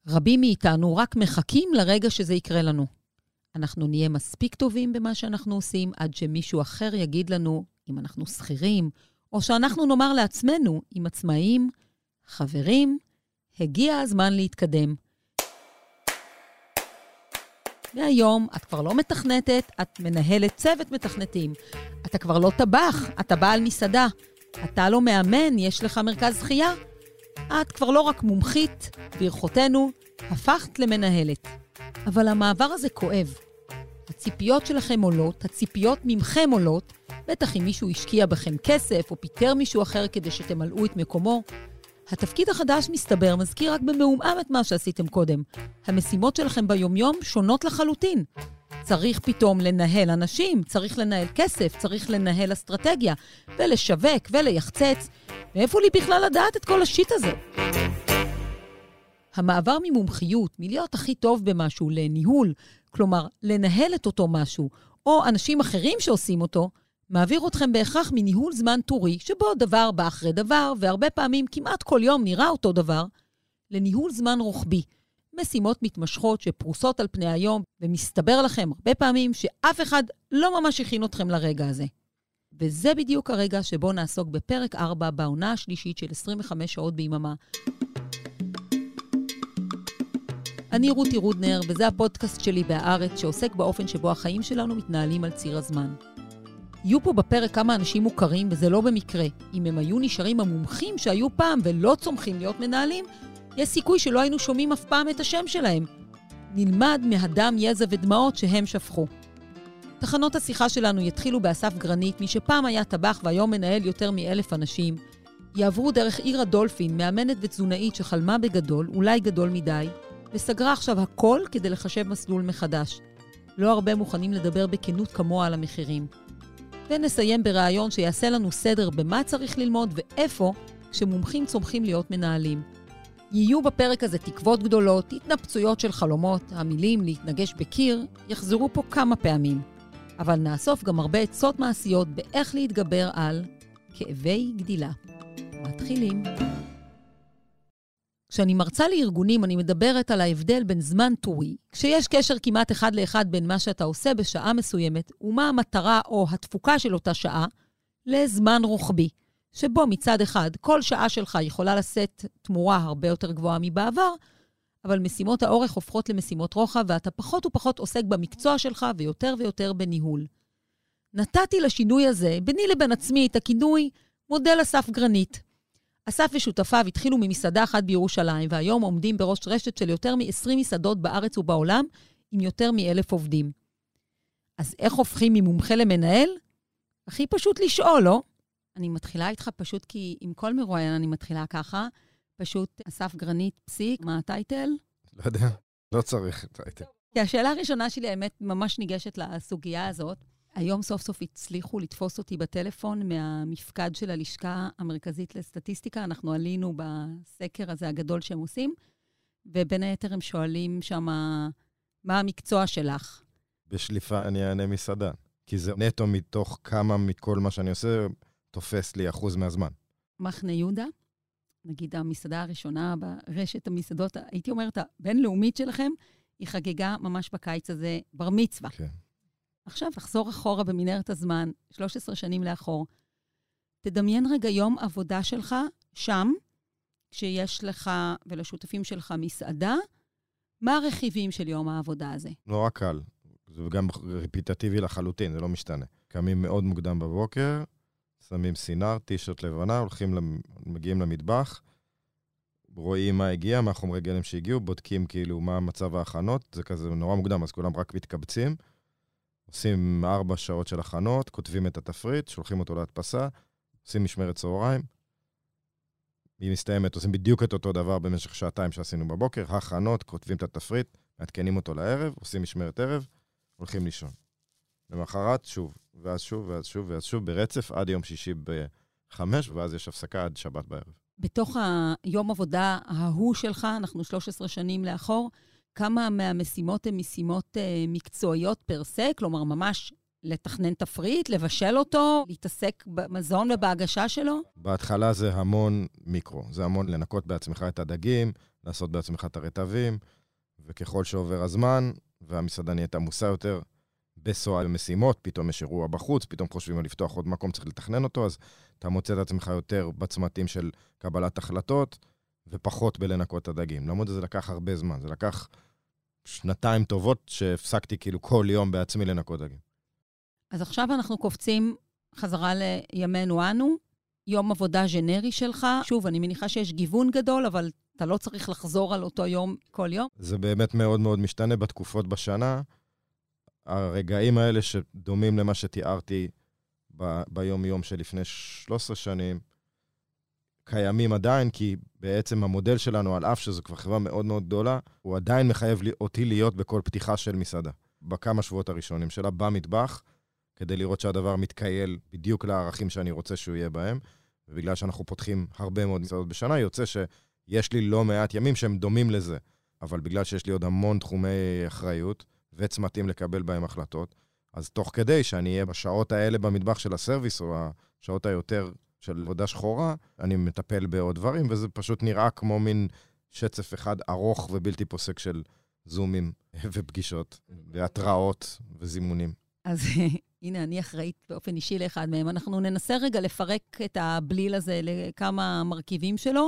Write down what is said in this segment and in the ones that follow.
רבים מאיתנו רק מחכים לרגע שזה יקרה לנו. אנחנו נהיה מספיק טובים במה שאנחנו עושים, עד שמישהו אחר יגיד לנו אם אנחנו שכירים, או שאנחנו נאמר לעצמנו, אם עצמאים, חברים, הגיע הזמן להתקדם. מהיום את כבר לא מתכנתת, את מנהלת צוות מתכנתים. אתה כבר לא טבח, אתה בעל מסעדה. אתה לא מאמן, יש לך מרכז שחייה. את כבר לא רק מומחית, ברכותינו, הפכת למנהלת. אבל המעבר הזה כואב. הציפיות שלכם עולות, הציפיות ממכם עולות, בטח אם מישהו השקיע בכם כסף או פיטר מישהו אחר כדי שתמלאו את מקומו. התפקיד החדש מסתבר מזכיר רק במעומעם את מה שעשיתם קודם. המשימות שלכם ביומיום שונות לחלוטין. צריך פתאום לנהל אנשים, צריך לנהל כסף, צריך לנהל אסטרטגיה, ולשווק וליחצץ. מאיפה לי בכלל לדעת את כל השיט הזה? המעבר ממומחיות, מלהיות הכי טוב במשהו, לניהול, כלומר, לנהל את אותו משהו, או אנשים אחרים שעושים אותו, מעביר אתכם בהכרח מניהול זמן טורי, שבו דבר בא אחרי דבר, והרבה פעמים כמעט כל יום נראה אותו דבר, לניהול זמן רוחבי. משימות מתמשכות שפרוסות על פני היום, ומסתבר לכם הרבה פעמים שאף אחד לא ממש הכין אתכם לרגע הזה. וזה בדיוק הרגע שבו נעסוק בפרק 4 בעונה השלישית של 25 שעות ביממה. אני רותי רודנר, וזה הפודקאסט שלי בהארץ, שעוסק באופן שבו החיים שלנו מתנהלים על ציר הזמן. יהיו פה בפרק כמה אנשים מוכרים, וזה לא במקרה. אם הם היו נשארים המומחים שהיו פעם ולא צומחים להיות מנהלים, יש סיכוי שלא היינו שומעים אף פעם את השם שלהם. נלמד מהדם, יזע ודמעות שהם שפכו. תחנות השיחה שלנו יתחילו באסף גרנית, מי שפעם היה טבח והיום מנהל יותר מ1,000 אנשים. יעברו דרך עירה דולפין, מאמנת ותזונאית שחלמה בגדול, אולי גדול מדי, וסגרה עכשיו הכל כדי לחשב מסלול מחדש. לא הרבה מוכנים לדבר בכנות כמוה על המחירים. ונסיים ברעיון שיעשה לנו סדר במה צריך ללמוד ואיפה כשמומחים צומחים להיות מנהלים. יהיו בפרק הזה תקוות גדולות, התנפצויות של חלומות, המילים להתנגש בקיר, יחזרו פה כמה פעמים. אבל נאסוף גם הרבה עצות מעשיות באיך להתגבר על כאבי גדילה. מתחילים. כשאני מרצה לארגונים, אני מדברת על ההבדל בין זמן טורי, כשיש קשר כמעט אחד לאחד בין מה שאתה עושה בשעה מסוימת, ומה המטרה או התפוקה של אותה שעה, לזמן רוחבי, שבו מצד אחד כל שעה שלך יכולה לשאת תמורה הרבה יותר גבוהה מבעבר, אבל משימות האורך הופכות למשימות רוחב, ואתה פחות ופחות עוסק במקצוע שלך ויותר ויותר בניהול. נתתי לשינוי הזה, ביני לבין עצמי, את הכינוי מודל אסף גרנית. אסף ושותפיו התחילו ממסעדה אחת בירושלים, והיום עומדים בראש רשת של יותר מ-20 מסעדות בארץ ובעולם, עם יותר מ1,000 עובדים. אז איך הופכים ממומחה למנהל? הכי פשוט לשאול, לא? אני מתחילה איתך פשוט כי עם כל מרואיין אני מתחילה ככה, פשוט אסף גרנית פסיק, מה הטייטל? לא יודע, לא צריך טייטל. כי השאלה הראשונה שלי האמת ממש ניגשת לסוגיה הזאת. היום סוף סוף הצליחו לתפוס אותי בטלפון מהמפקד של הלשכה המרכזית לסטטיסטיקה. אנחנו עלינו בסקר הזה הגדול שהם עושים, ובין היתר הם שואלים שם מה המקצוע שלך. בשליפה אני אענה מסעדה, כי זה נטו מתוך כמה מכל מה שאני עושה תופס לי אחוז מהזמן. מחנה יהודה, נגיד המסעדה הראשונה ברשת המסעדות, הייתי אומרת, הבינלאומית שלכם, היא חגגה ממש בקיץ הזה בר מצווה. כן. עכשיו, לחזור אחורה במנהרת הזמן, 13 שנים לאחור. תדמיין רגע יום עבודה שלך שם, כשיש לך ולשותפים שלך מסעדה, מה הרכיבים של יום העבודה הזה? נורא קל. זה גם רפיטטיבי לחלוטין, זה לא משתנה. קמים מאוד מוקדם בבוקר, שמים סינר, טישרט לבנה, מגיעים למטבח, רואים מה הגיע, מה חומרי גלם שהגיעו, בודקים כאילו מה מצב ההכנות, זה כזה נורא מוקדם, אז כולם רק מתקבצים, עושים 4 שעות של הכנות, כותבים את התפריט, שולחים אותו להדפסה, עושים משמרת צהריים, היא מסתיימת, עושים בדיוק את אותו דבר במשך 2 שעתיים שעשינו בבוקר, הכנות, כותבים את התפריט, מעדכנים אותו לערב, עושים משמרת ערב, הולכים לישון. למחרת שוב, ואז שוב, ואז שוב, ואז שוב, ברצף עד יום שישי ב5, ואז יש הפסקה עד שבת בערב. בתוך היום עבודה ההוא שלך, אנחנו 13 שנים לאחור, כמה מהמשימות הן משימות מקצועיות פרסה, כלומר ממש לתכנן תפריט, לבשל אותו, להתעסק במזון ובהגשה שלו? בהתחלה זה המון מיקרו. זה המון לנקות בעצמך את הדגים, לעשות בעצמך את הרטבים, וככל שעובר הזמן, והמסעדה נהייתה עמוסה יותר, בסועה במשימות, פתאום יש אירוע בחוץ, פתאום חושבים על לפתוח עוד מקום, צריך לתכנן אותו, אז אתה מוצא את עצמך יותר בצמתים של קבלת החלטות, ופחות בלנקות את הדגים. למרות זה לקח הרבה זמן, זה לקח 2 טובות שהפסקתי כאילו כל יום בעצמי לנקות דגים. אז עכשיו אנחנו קופצים חזרה לימינו אנו, יום עבודה ג'נרי שלך. שוב, אני מניחה שיש גיוון גדול, אבל אתה לא צריך לחזור על אותו יום כל יום. זה באמת מאוד מאוד משתנה בתקופות בשנה. הרגעים האלה שדומים למה שתיארתי ביום-יום שלפני 13 שנים, קיימים עדיין, כי בעצם המודל שלנו, על אף שזו כבר חברה מאוד מאוד גדולה, הוא עדיין מחייב אותי להיות בכל פתיחה של מסעדה. בכמה שבועות הראשונים שלה, במטבח, כדי לראות שהדבר מתקייל בדיוק לערכים שאני רוצה שהוא יהיה בהם, ובגלל שאנחנו פותחים הרבה מאוד מסעדות בשנה, יוצא שיש לי לא מעט ימים שהם דומים לזה, אבל בגלל שיש לי עוד המון תחומי אחריות, וצמתים לקבל בהם החלטות, אז תוך כדי שאני אהיה בשעות האלה במטבח של הסרוויס, או השעות היותר של עבודה שחורה, אני מטפל בעוד דברים, וזה פשוט נראה כמו מין שצף אחד ארוך ובלתי פוסק של זומים ופגישות, והתראות וזימונים. אז הנה, אני אחראית באופן אישי לאחד מהם. אנחנו ננסה רגע לפרק את הבליל הזה לכמה מרכיבים שלו.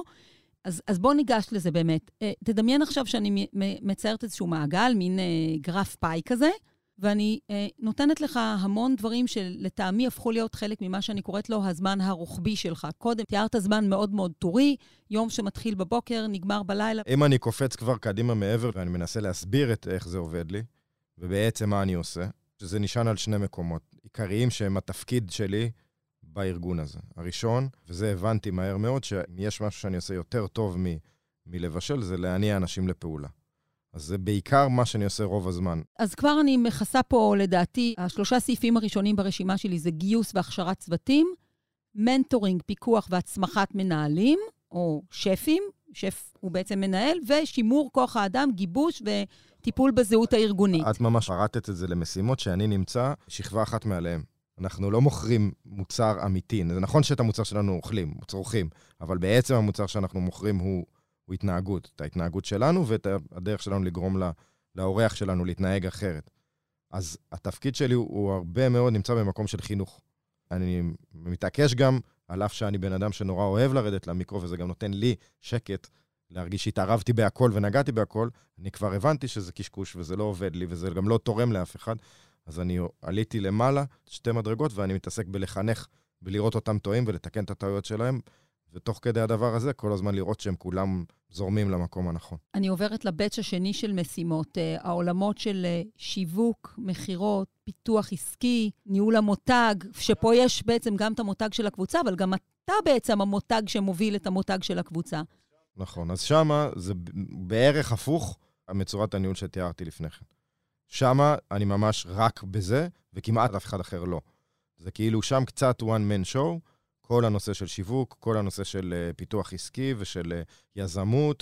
אז בוא ניגש לזה באמת. תדמיין עכשיו שאני מציירת איזשהו מעגל, מין גרף פאי כזה, ואני נותנת לך המון דברים שלטעמי הפכו להיות חלק ממה שאני קוראת לו הזמן הרוחבי שלך. קודם תיארת זמן מאוד מאוד טורי, יום שמתחיל בבוקר, נגמר בלילה. אם אני קופץ כבר קדימה מעבר, ואני מנסה להסביר את איך זה עובד לי, ובעצם מה אני עושה, שזה נשען על 2 מקומות עיקריים שהם התפקיד שלי בארגון הזה. הראשון, וזה הבנתי מהר מאוד, שיש משהו שאני עושה יותר טוב מלבשל, זה להניע אנשים לפעולה. אז זה בעיקר מה שאני עושה רוב הזמן. אז כבר אני מכסה פה, לדעתי, 3 סעיפים הראשונים ברשימה שלי זה גיוס והכשרת צוותים, מנטורינג, פיקוח והצמחת מנהלים, או שפים, שף הוא בעצם מנהל, ושימור כוח האדם, גיבוש וטיפול בזהות הארגונית. את ממש הרטת את זה למשימות שאני נמצא שכבה אחת מעליהם. אנחנו לא מוכרים מוצר אמיתי. זה נכון שאת המוצר שלנו אוכלים, צורכים, אבל בעצם המוצר שאנחנו מוכרים הוא התנהגות. את ההתנהגות שלנו ואת הדרך שלנו לגרום לאורח שלנו להתנהג אחרת. אז התפקיד שלי הוא הרבה מאוד נמצא במקום של חינוך. אני מתעקש גם, על אף שאני בן אדם שנורא אוהב לרדת למיקרו, וזה גם נותן לי שקט להרגיש שהתערבתי בהכל ונגעתי בהכל, אני כבר הבנתי שזה קשקוש וזה לא עובד לי, וזה גם לא תורם לאף אחד. אז אני עליתי למעלה 2 מדרגות, ואני מתעסק בלחנך, בלראות אותם טועים ולתקן את הטעויות שלהם, ותוך כדי הדבר הזה, כל הזמן לראות שהם כולם זורמים למקום הנכון. אני עוברת לבץ' השני של משימות, העולמות של שיווק, מחירות, פיתוח עסקי, ניהול המותג, שפה יש בעצם גם את המותג של הקבוצה, אבל גם אתה בעצם המותג שמוביל את המותג של הקבוצה. נכון, אז שמה זה בערך הפוך, מצורת הניהול שתיארתי לפני כן. שמה אני ממש רק בזה, וכמעט אף אחד אחר לא. זה כאילו שם קצת one man show, כל הנושא של שיווק, כל הנושא של פיתוח עסקי ושל יזמות,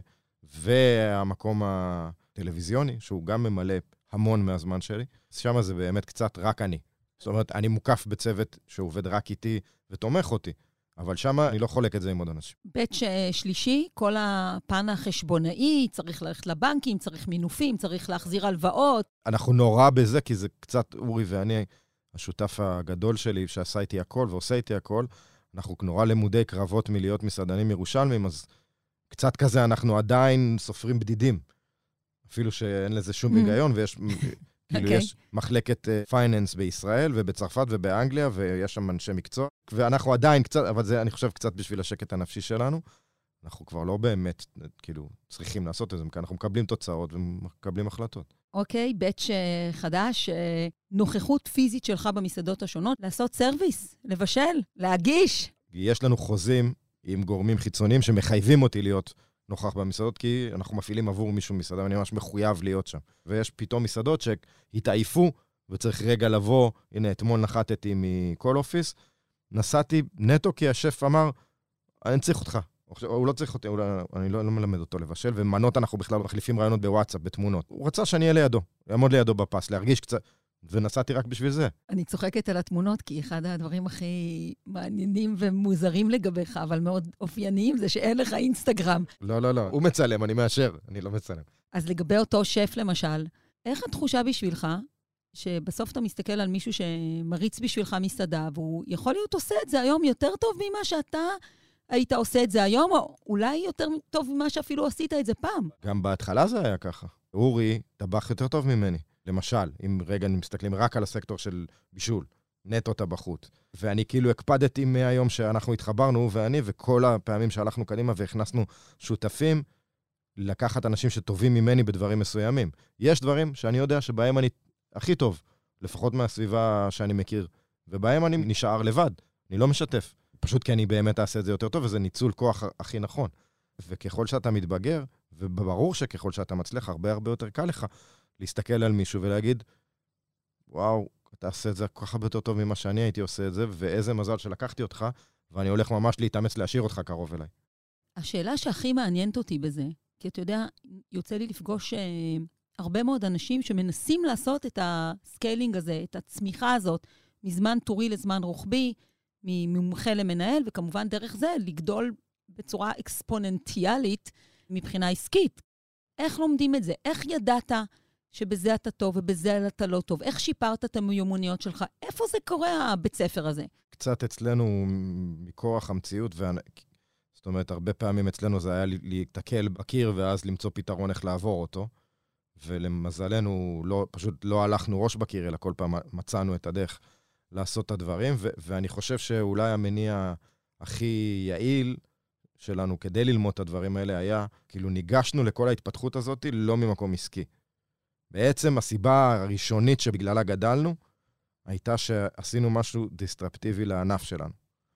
והמקום הטלוויזיוני, שהוא גם ממלא המון מהזמן שלי. שם זה באמת קצת רק אני. זאת אומרת, אני מוקף בצוות שעובד רק איתי ותומך אותי, אבל שם אני לא חולק את זה עם עוד אנשים. בץ' שלישי, כל הפן החשבונאי, צריך ללכת לבנקים, צריך מינופים, צריך להחזיר הלוואות. אנחנו נורא בזה, כי זה קצת אורי ואני, השותף הגדול שלי, שעשה איתי הכל ועושה איתי הכל, אנחנו נורא למודי קרבות מלהיות מסעדנים ירושלמים, אז קצת כזה אנחנו עדיין סופרים בדידים. אפילו שאין לזה שום היגיון, ויש כאילו יש מחלקת פייננס בישראל ובצרפת ובאנגליה, ויש שם אנשי מקצוע, ואנחנו עדיין קצת, אבל זה אני חושב קצת בשביל השקט הנפשי שלנו, אנחנו כבר לא באמת כאילו צריכים לעשות את זה, כי אנחנו מקבלים תוצאות ומקבלים החלטות. אוקיי, בץ' חדש, נוכחות פיזית שלך במסעדות השונות, לעשות סרוויס, לבשל, להגיש. יש לנו חוזים עם גורמים חיצוניים שמחייבים אותי להיות נוכח במסעדות, כי אנחנו מפעילים עבור מישהו מסעדה, ואני ממש מחויב להיות שם. ויש פתאום מסעדות שהתעייפו, וצריך רגע לבוא, הנה, אתמול נחתתי מכל אופיס, נסעתי נטו כי השף אמר, אני צריך אותך. הוא לא צריך אותי, אני לא מלמד אותו לבשל, ומנות אנחנו בכלל מחליפים רעיונות בוואטסאפ, בתמונות. הוא רצה שאני אהיה לידו, יעמוד לידו בפס, להרגיש קצת, ונסעתי רק בשביל זה. אני צוחקת על התמונות, כי אחד הדברים הכי מעניינים ומוזרים לגביך, אבל מאוד אופייניים, זה שאין לך אינסטגרם. לא. הוא מצלם, אני מאשר, אני לא מצלם. אז לגבי אותו שף למשל, איך התחושה בשבילך, שבסוף אתה מסתכל על מישהו שמריץ בשבילך מסעדה, והוא יכול להיות עושה את זה היום יותר טוב ממה שאתה היית עושה את זה היום, או אולי יותר טוב ממה שאפילו עשית את זה פעם. גם בהתחלה זה היה ככה. אורי טבח יותר טוב ממני. למשל, אם רגע מסתכלים רק על הסקטור של בישול, נטו טבחות. ואני כאילו הקפדתי מהיום שאנחנו התחברנו, הוא ואני, וכל הפעמים שהלכנו קדימה והכנסנו שותפים, לקחת אנשים שטובים ממני בדברים מסוימים. יש דברים שאני יודע שבהם אני הכי טוב, לפחות מהסביבה שאני מכיר, ובהם אני נשאר לבד, אני לא משתף. פשוט כי אני באמת אעשה את זה יותר טוב, וזה ניצול כוח הכי נכון. וככל שאתה מתבגר, וברור שככל שאתה מצליח, הרבה יותר קל לך להסתכל על מישהו ולהגיד, וואו, אתה עושה את זה כל כך הרבה יותר טוב ממה שאני הייתי עושה את זה, ואיזה מזל שלקחתי אותך, ואני הולך ממש להתאמץ להשאיר אותך קרוב אליי. השאלה שהכי מעניינת אותי בזה, כי אתה יודע, יוצא לי לפגוש הרבה מאוד אנשים שמנסים לעשות את הסקיילינג הזה, את הצמיחה הזאת, מזמן טורי לזמן רוחבי, ממומחה למנהל, וכמובן דרך זה לגדול בצורה אקספוננטיאלית מבחינה עסקית. איך לומדים את זה? איך ידעת שבזה אתה טוב ובזה אתה לא טוב? איך שיפרת את המיומנויות שלך? איפה זה קורה, הבית ספר הזה? קצת אצלנו מכורח המציאות, זאת אומרת, הרבה פעמים אצלנו זה היה להתקל בקיר, ואז למצוא פתרון איך לעבור אותו, ולמזלנו פשוט לא הלכנו ראש בקיר, אלא כל פעם מצאנו את הדרך לעשות את הדברים, ואני חושב שאולי המניע הכי יעיל שלנו כדי ללמוד את הדברים האלה היה, כאילו ניגשנו לכל ההתפתחות הזאת לא ממקום עסקי. בעצם הסיבה הראשונית שבגללה גדלנו, הייתה שעשינו משהו דיסטרפטיבי לענף שלנו.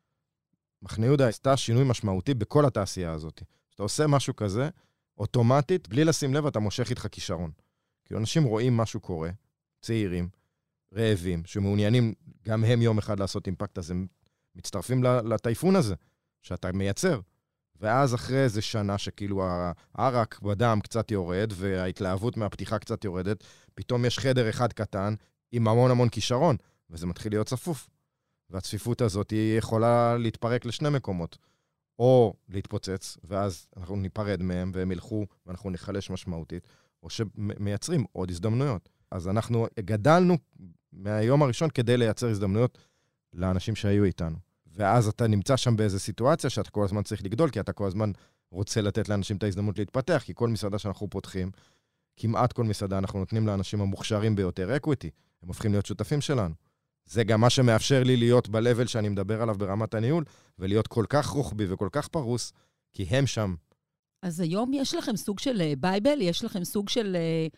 מחנה יהודה עשתה שינוי משמעותי בכל התעשייה הזאת. כשאתה עושה משהו כזה, אוטומטית, בלי לשים לב, אתה מושך איתך כישרון. כי אנשים רואים משהו קורה, צעירים, רעבים, שמעוניינים גם הם יום אחד לעשות אימפקט, אז הם מצטרפים לטייפון הזה, שאתה מייצר. ואז אחרי איזה שנה שכאילו הערק בדם קצת יורד, וההתלהבות מהפתיחה קצת יורדת, פתאום יש חדר אחד קטן עם המון כישרון, וזה מתחיל להיות צפוף. והצפיפות הזאת היא יכולה להתפרק לשני מקומות. או להתפוצץ, ואז אנחנו ניפרד מהם, והם ילכו, ואנחנו נחלש משמעותית, או שמייצרים עוד הזדמנויות. אז אנחנו גדלנו מהיום הראשון כדי לייצר הזדמנויות לאנשים שהיו איתנו. ואז אתה נמצא שם באיזו סיטואציה שאתה כל הזמן צריך לגדול, כי אתה כל הזמן רוצה לתת לאנשים את ההזדמנות להתפתח, כי כל מסעדה שאנחנו פותחים, כמעט כל מסעדה אנחנו נותנים לאנשים המוכשרים ביותר אקוויטי, הם הופכים להיות שותפים שלנו. זה גם מה שמאפשר לי להיות בלבל שאני מדבר עליו ברמת הניהול, ולהיות כל כך רוחבי וכל כך פרוס, כי הם שם. אז היום יש לכם סוג של בייבל, יש לכם סוג של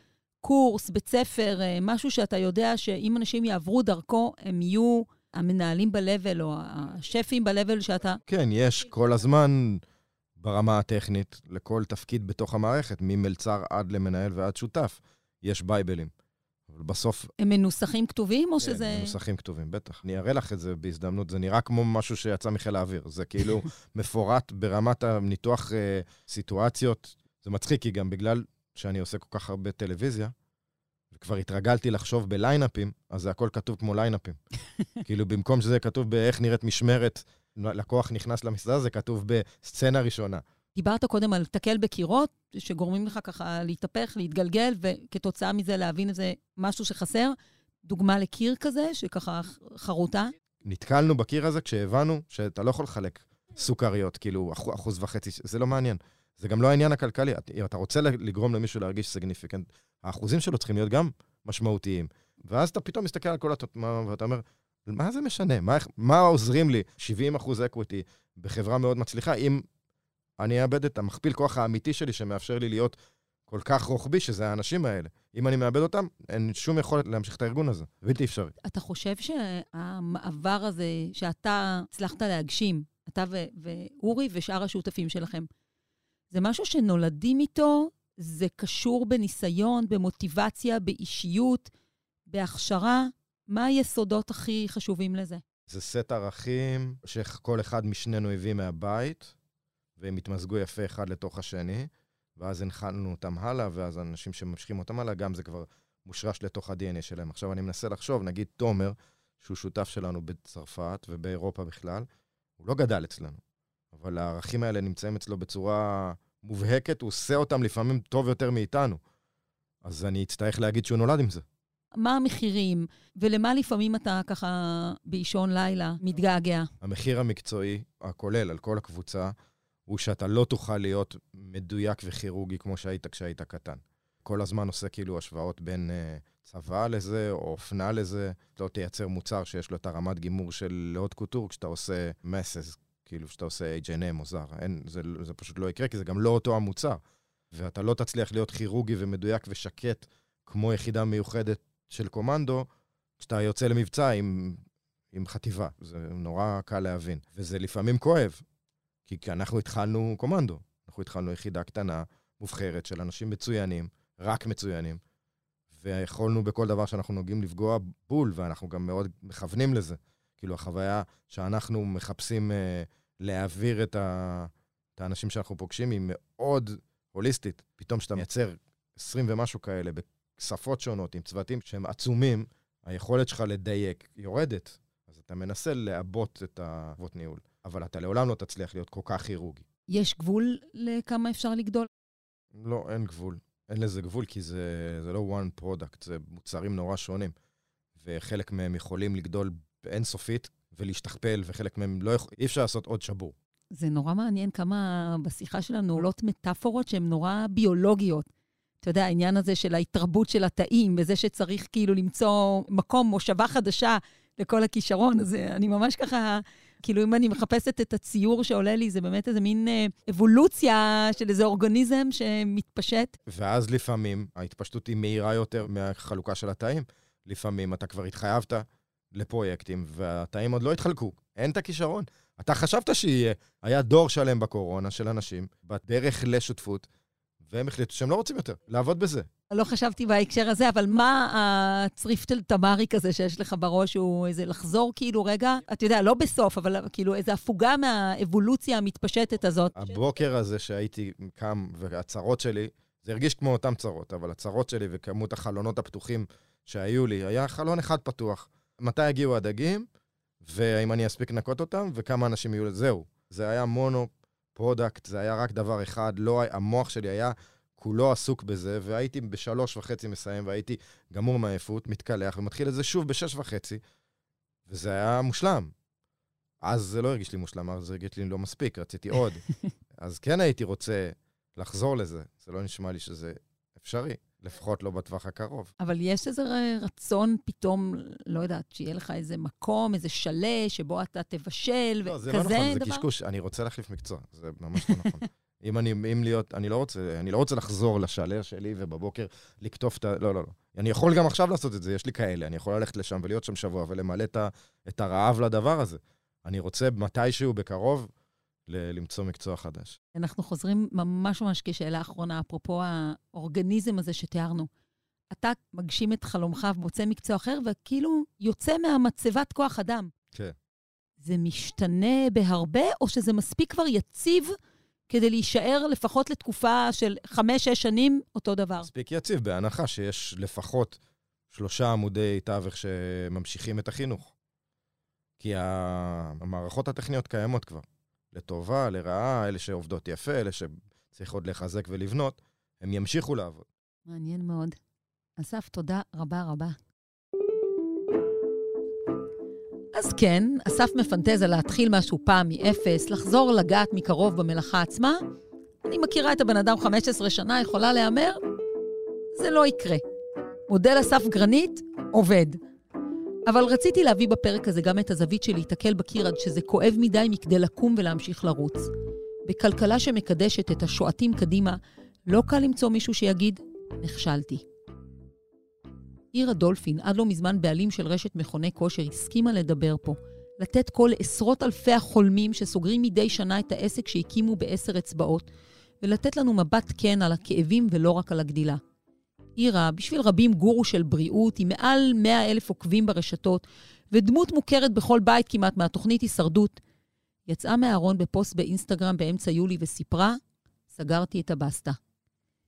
קורס, בית ספר, משהו שאתה יודע שאם אנשים יעברו דרכו, הם יהיו המנהלים בלבל או השפים בלבל שאתה... כן, יש כל הזמן ברמה הטכנית, לכל תפקיד בתוך המערכת, ממלצר עד למנהל ועד שותף, יש בייבלים. אבל בסוף... הם מנוסחים כתובים או כן, שזה... כן, מנוסחים כתובים, בטח. אני אראה לך את זה בהזדמנות, זה נראה כמו משהו שיצא מחיל האוויר. זה כאילו מפורט ברמת הניתוח סיטואציות. זה מצחיק, כי גם בגלל שאני עושה כל כך הרבה טלוויזיה, וכבר התרגלתי לחשוב בליינאפים, אז זה הכל כתוב כמו ליינאפים. כאילו במקום שזה כתוב באיך נראית משמרת, לקוח נכנס למסעדה, זה כתוב בסצנה ראשונה. דיברת קודם על תקל בקירות, שגורמים לך ככה להתהפך, להתגלגל, וכתוצאה מזה להבין איזה משהו שחסר. דוגמה לקיר כזה, שככה חרוטה. נתקלנו בקיר הזה כשהבנו שאתה לא יכול לחלק סוכריות, כאילו 1.5%, זה לא מעניין. זה גם לא העניין הכלכלי. אם אתה רוצה לגרום למישהו להרגיש סגניפיקנט, האחוזים שלו צריכים להיות גם משמעותיים. ואז אתה פתאום מסתכל על כל ואתה אומר, מה זה משנה? מה עוזרים לי 70% אקוויטי בחברה מאוד מצליחה, אם אני אאבד את המכפיל כוח האמיתי שלי שמאפשר לי להיות כל כך רוחבי, שזה האנשים האלה. אם אני מאבד אותם, אין שום יכולת להמשיך את הארגון הזה. בלתי אפשרי. אתה חושב שהמעבר הזה שאתה הצלחת להגשים, אתה ואורי ושאר השותפים שלכם, זה משהו שנולדים איתו, זה קשור בניסיון, במוטיבציה, באישיות, בהכשרה? מה היסודות הכי חשובים לזה? זה סט ערכים שכל אחד משנינו הביא מהבית, והם התמזגו יפה אחד לתוך השני, ואז הנחלנו אותם הלאה, ואז אנשים שממשיכים אותם הלאה, גם זה כבר מושרש לתוך ה-DNA שלהם. עכשיו אני מנסה לחשוב, נגיד תומר, שהוא שותף שלנו בצרפת ובאירופה בכלל, הוא לא גדל אצלנו, אבל הערכים האלה נמצאים אצלו בצורה מובהקת, הוא עושה אותם לפעמים טוב יותר מאיתנו. אז אני אצטרך להגיד שהוא נולד עם זה. מה המחירים, ולמה לפעמים אתה ככה באישון לילה מתגעגע? המחיר המקצועי, הכולל על כל הקבוצה, הוא שאתה לא תוכל להיות מדויק וכירורגי כמו שהיית כשהיית קטן. כל הזמן עושה כאילו השוואות בין צבא לזה או אופנה לזה. לא תייצר מוצר שיש לו את הרמת גימור של לאות קוטור כשאתה עושה מסס, כאילו שאתה עושה H&M או זר. זה פשוט לא יקרה, כי זה גם לא אותו המוצר. ואתה לא תצליח להיות כירורגי ומדויק ושקט כמו יחידה מיוחדת של קומנדו, כשאתה יוצא למבצע עם חטיבה. זה נורא קל להבין. וזה לפעמים כואב, כי אנחנו התחלנו קומנדו. אנחנו התחלנו יחידה קטנה, מובחרת של אנשים מצוינים, רק מצוינים, ויכולנו בכל דבר שאנחנו נוגעים לפגוע בול, ואנחנו גם מאוד מכוונים לזה. כאילו החוויה שאנחנו מחפשים להעביר את האנשים שאנחנו פוגשים היא מאוד הוליסטית. פתאום שאתה מייצר 20 ומשהו כאלה בשפות שונות, עם צוותים שהם עצומים, היכולת שלך לדייק יורדת. אז אתה מנסה לעבות את אבות ניהול, אבל אתה לעולם לא תצליח להיות כל כך כירורגי. יש גבול לכמה אפשר לגדול? לא, אין גבול. אין לזה גבול, כי זה לא one product, זה מוצרים נורא שונים. וחלק מהם יכולים לגדול באינסופית ולהשתכפל, וחלק מהם אי אפשר לעשות עוד שבור. זה נורא מעניין כמה בשיחה שלנו עולות מטאפורות שהן נורא ביולוגיות. אתה יודע, העניין הזה של ההתרבות של התאים, וזה שצריך כאילו למצוא מקום, מושבה חדשה לכל הכישרון. אז אני ממש ככה, כאילו אם אני מחפשת את הציור שעולה לי, זה באמת איזה מין אבולוציה של איזה אורגניזם שמתפשט. ואז לפעמים ההתפשטות היא מהירה יותר מהחלוקה של התאים. לפעמים אתה כבר התחייבת לפרויקטים, והתאים עוד לא התחלקו. אין את הכישרון. אתה חשבת שיהיה. היה דור שלם בקורונה של אנשים, בדרך לשותפות, והם החליטו שהם לא רוצים יותר לעבוד בזה. לא חשבתי בהקשר הזה, אבל מה הצריף של תמרי כזה שיש לך בראש, הוא איזה לחזור כאילו רגע, אתה יודע, לא בסוף, אבל כאילו איזו הפוגה מהאבולוציה המתפשטת הזאת. הבוקר הזה שהייתי קם, והצרות שלי, זה הרגיש כמו אותם צרות, אבל הצרות שלי וכמות החלונות הפתוחים שהיו לי, היה חלון אחד פתוח. מתי הגיעו הדגים, והאם אני אספיק לנקות אותם, וכמה אנשים יהיו לזהו. זה היה מונו פרודקט, זה היה רק דבר אחד, לא, המוח שלי היה כולו עסוק בזה, והייתי ב3:30 מסיים, והייתי גמור מעייפות, מתקלח, ומתחיל את זה שוב ב6:30, וזה היה מושלם. אז זה לא הרגיש לי מושלם, אז זה הרגיש לי לא מספיק, רציתי עוד. אז כן הייתי רוצה לחזור לזה, זה לא נשמע לי שזה אפשרי, לפחות לא בטווח הקרוב. אבל יש איזה רצון פתאום, לא יודעת, שיהיה לך איזה מקום, איזה שלה, שבו אתה תבשל, לא, זה לא נכון, זה קשקוש, אני רוצה להחליף מקצוע, זה ממש לא נכון. אני לא רוצה לחזור לשאלה שלי ובבוקר לקטוף את לא. אני יכול גם עכשיו לעשות את זה, יש לי כאלה, אני יכול ללכת לשם ולהיות שם שבוע ולמלא את הרעב לדבר הזה. אני רוצה מתישהו בקרוב למצוא מקצוע חדש. אנחנו חוזרים ממש כשאלה האחרונה, אפרופו האורגניזם הזה שתיארנו. אתה מגשים את חלומך ומוצא מקצוע אחר, וכאילו יוצא מהמצבת כוח אדם. כן. זה משתנה בהרבה, או שזה מספיק כבר יציב כדי להישאר לפחות לתקופה של 5-6 שנים אותו דבר? מספיק יציב, בהנחה שיש לפחות 3 עמודי תווך שממשיכים את החינוך. כי המערכות הטכניות קיימות כבר. לטובה, לרעה, אלה שעובדות יפה, אלה שצריך עוד לחזק ולבנות, הם ימשיכו לעבוד. מעניין מאוד. אסף, תודה רבה רבה. אז כן, אסף מפנטז על להתחיל משהו פעם מ-0, לחזור לגעת מקרוב במלאכה עצמה. אני מכירה את הבן אדם 15 שנה, יכולה להיאמר, זה לא יקרה. מודל אסף גרנית עובד. אבל רציתי להביא בפרק הזה גם את הזווית שלי, להתקל בקיר עד שזה כואב מדי מכדי לקום ולהמשיך לרוץ. בכלכלה שמקדשת את השועטים קדימה, לא קל למצוא מישהו שיגיד, נכשלתי. עיר הדולפין, עד לא מזמן בעלים של רשת מכוני כושר, הסכימה לדבר פה, לתת קול לעשרות אלפי החולמים שסוגרים מדי שנה את העסק שהקימו ב10 אצבעות, ולתת לנו מבט כן על הכאבים ולא רק על הגדילה. עירה, בשביל רבים גורו של בריאות, עם מעל 100,000 עוקבים ברשתות, ודמות מוכרת בכל בית כמעט מהתוכנית הישרדות, יצאה מהארון בפוסט באינסטגרם באמצע יולי וסיפרה, סגרתי את הבסטה.